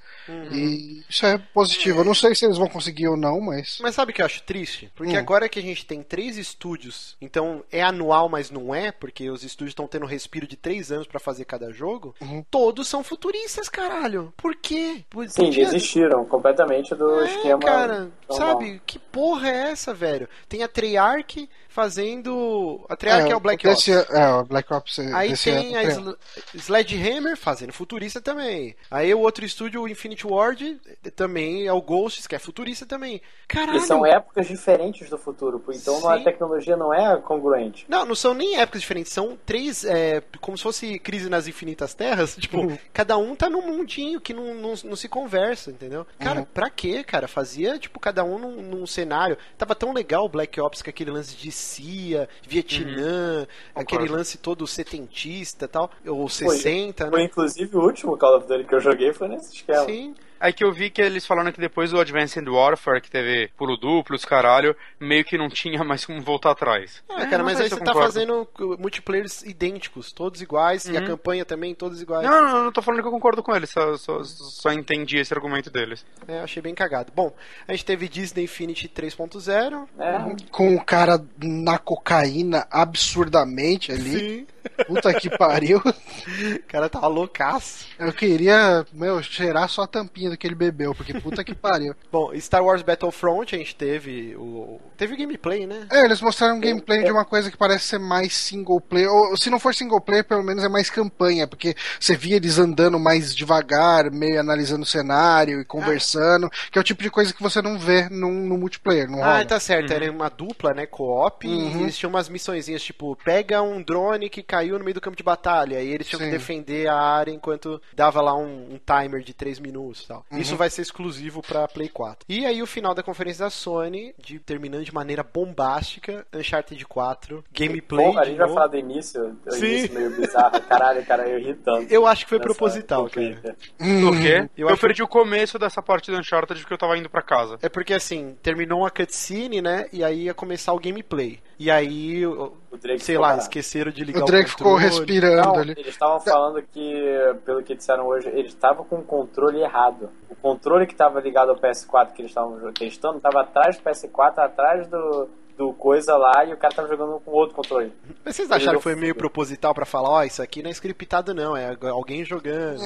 S2: E isso é positivo. Eu não sei se eles vão conseguir ou não, mas...
S1: Mas sabe o que eu acho triste? Porque agora que a gente tem 3 estúdios, então é anual, mas não é, porque os estúdios estão tendo um respiro de 3 anos pra fazer cada jogo, todos são futuristas, caralho. Por quê?
S4: Sim, desistiram completamente do esquema.
S1: Cara,
S4: normal.
S1: sabe? Que porra é essa, velho? Tem a Treyarch fazendo... A Treyarch é o Black Ops.
S2: o Black Ops.
S1: Aí tem a Sledgehammer fazendo futurista também. Aí o outro estúdio, o Infinity Ward, também é o Ghosts, que é futurista também. Caralho.
S4: E são épocas diferentes do futuro, então a tecnologia não é congruente.
S1: Não são nem épocas diferentes, são 3, como se fosse Crise nas Infinitas Terras, tipo, cada um tá num mundinho que não se conversa, entendeu? Cara, pra quê, cara? Fazia, tipo, cada um num cenário. Tava tão legal o Black Ops com aquele lance de CIA, Vietnã, aquele lance todo setentista e tal, ou 60,
S4: foi,
S1: né?
S4: Inclusive o último Call of Duty que eu joguei foi nesse esquema.
S1: Sim.
S3: Aí que eu vi que eles falaram que depois do Advanced Warfare, que teve pulo duplo, os caralho, meio que não tinha mais como voltar atrás.
S1: Cara, mas aí você tá fazendo multiplayers idênticos, todos iguais, e a campanha também, todos iguais.
S3: Não tô falando que eu concordo com eles, só entendi esse argumento deles.
S1: Achei bem cagado. Bom, a gente teve Disney Infinity 3.0.
S2: Com o cara na cocaína absurdamente ali.
S1: Sim.
S2: Puta que pariu.
S1: O cara tava loucaço.
S2: Eu queria, cheirar só a tampinha do que ele bebeu, porque puta que pariu.
S1: Bom, Star Wars Battlefront, a gente teve Teve gameplay, né?
S2: Eles mostraram um gameplay de uma coisa que parece ser mais single player, ou se não for single player, pelo menos é mais campanha, porque você via eles andando mais devagar, meio analisando o cenário e conversando, que é o tipo de coisa que você não vê no multiplayer, não rola.
S1: Tá certo, era uma dupla, né, co-op, e eles tinham umas missõezinhas, tipo, pega um drone que caiu no meio do campo de batalha, e eles tinham que defender a área enquanto dava lá um timer de 3 minutos e tal. Isso vai ser exclusivo pra Play 4. E aí o final da conferência da Sony, terminando de maneira bombástica, Uncharted 4, gameplay.
S4: Bom, a gente vai falar do início meio bizarro. Caralho, cara, eu ri tanto.
S1: Eu acho que foi proposital, cara.
S3: Por quê? Eu perdi o começo dessa parte do Uncharted porque eu tava indo pra casa.
S1: É porque assim, terminou uma cutscene, né? E aí ia começar o gameplay. E aí, sei lá, esqueceram de ligar o
S2: Drake ficou respirando ali.
S4: Eles estavam falando que, pelo que disseram hoje, eles estavam com o controle errado. O controle que estava ligado ao PS4 que eles estavam testando estava atrás do PS4, atrás do coisa lá, e o cara tava jogando com outro controle.
S1: Mas vocês acharam que foi meio proposital pra falar, isso aqui não é scriptado não, é alguém jogando?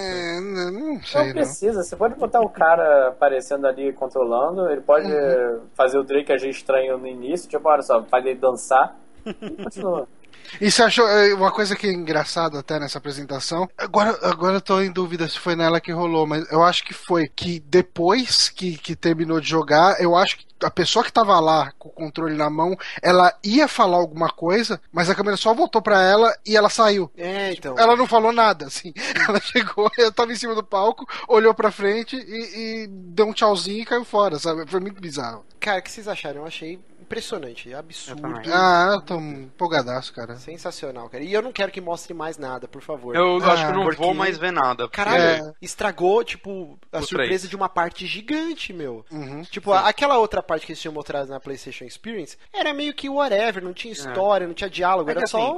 S2: Não sei.
S4: Não precisa, você pode botar o cara aparecendo ali, controlando, ele pode fazer o Drake agir estranho no início, tipo, olha só, faz ele dançar, e continua.
S2: E você achou uma coisa que é engraçada até nessa apresentação? Agora eu tô em dúvida se foi nela que rolou, mas eu acho que foi que depois que terminou de jogar, eu acho que a pessoa que tava lá com o controle na mão, ela ia falar alguma coisa, mas a câmera só voltou pra ela e ela saiu.
S1: Então.
S2: Ela não falou nada, assim. Ela chegou, eu tava em cima do palco, olhou pra frente e deu um tchauzinho e caiu fora, sabe? Foi muito bizarro.
S1: Cara, o que vocês acharam? Eu achei impressionante, absurdo.
S2: Eu tô empolgadaço, cara.
S1: Sensacional, cara. E eu não quero que mostre mais nada, por favor.
S3: Eu acho que eu não vou mais ver nada.
S1: Caralho, estragou, tipo, a surpresa de uma parte gigante, meu. Tipo, aquela outra parte que eles tinham mostrado na PlayStation Experience era meio que whatever, não tinha história, não tinha diálogo, era só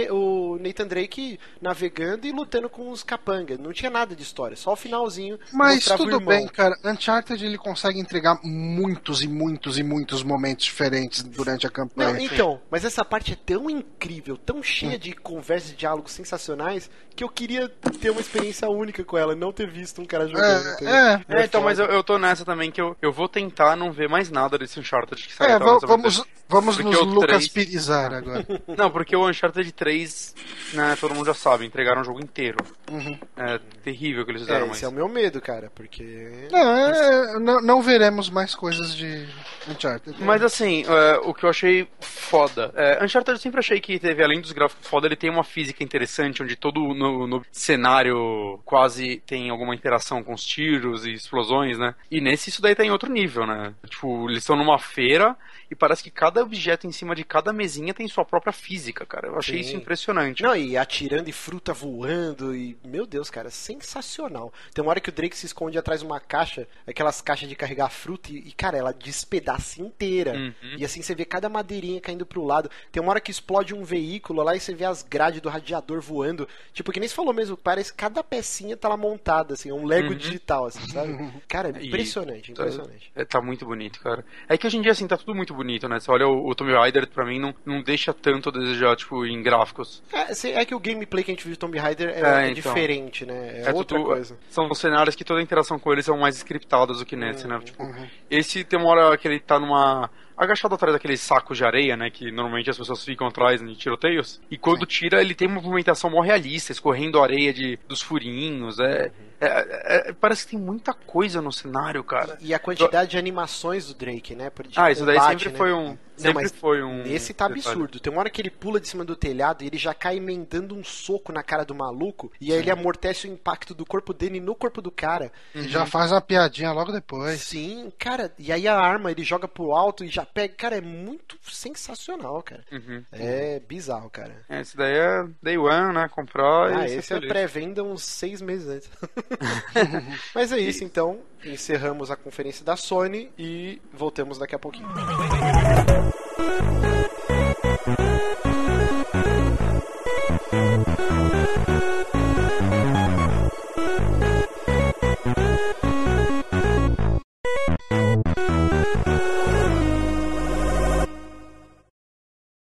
S1: o Nathan Drake navegando e lutando com os capangas. Não tinha nada de história, só o finalzinho.
S2: Mas tudo bem, cara. Uncharted ele consegue entregar muitos e muitos e muitos momentos diferentes durante a campanha.
S1: Não, então, mas essa parte é tão incrível, tão cheia de conversas e diálogos sensacionais, que eu queria ter uma experiência única com ela, não ter visto um cara jogando.
S3: Então, mas eu tô nessa também, que eu vou tentar não ver mais nada desse Uncharted que saiu.
S2: Vamos nos Lucas Pirizar agora.
S3: Não, porque o Uncharted 3, né, todo mundo já sabe, entregaram o jogo inteiro. É terrível o que eles fizeram.
S1: Esse é o meu medo, cara, porque...
S2: Não veremos mais coisas de Uncharted.
S3: Mas assim, o que eu achei foda, Uncharted eu sempre achei que teve, além dos gráficos foda, ele tem uma física interessante, onde todo no cenário quase tem alguma interação com os tiros e explosões, né? E nesse isso daí tá em outro nível, né? Tipo, eles estão numa feira e parece que cada objeto em cima de cada mesinha tem sua própria física, cara. Eu achei isso impressionante.
S1: Não, e atirando e fruta voando e... Meu Deus, cara, sensacional. Tem uma hora que o Drake se esconde atrás de uma caixa, aquelas caixas de carregar fruta e cara, ela despedaça inteira. E assim você vê cada madeirinha caindo pro lado. Tem uma hora que explode um veículo lá e você vê as grades do radiador voando. Tipo, que nem você falou mesmo, parece que cada pecinha tá lá montada, assim, é um Lego digital, assim, sabe? Cara, impressionante, impressionante.
S3: Tá muito bonito, cara. É que hoje em dia, assim, tá tudo muito bonito, né? Você olha o Tomb Raider, pra mim, não deixa tanto a desejar, tipo, em gráficos.
S1: É que o gameplay que a gente viu de Tomb Raider é então, diferente, né? É outra coisa.
S3: São cenários que toda a interação com eles são mais scriptadas do que nesse, né? Tipo, esse tem uma hora que ele tá agachado atrás daquele saco de areia, né, que normalmente as pessoas ficam atrás em tiroteios, e quando tira, ele tem uma movimentação mó realista, escorrendo a areia dos furinhos, parece que tem muita coisa no cenário, cara.
S1: E a quantidade de animações do Drake, né?
S3: Isso daí sempre foi um...
S1: Esse tá absurdo. Tem uma hora que ele pula de cima do telhado e ele já cai emendando um soco na cara do maluco, e aí ele amortece o impacto do corpo dele no corpo do cara.
S2: E já faz uma piadinha logo depois.
S1: Sim, cara, e aí a arma ele joga pro alto e já pega. Cara, é muito sensacional, cara. É bizarro, cara.
S3: Esse daí é Day One, né? Comprar e
S1: esse é pré-venda uns 6 meses antes. Mas é isso, então. Encerramos a conferência da Sony e voltamos daqui a pouquinho.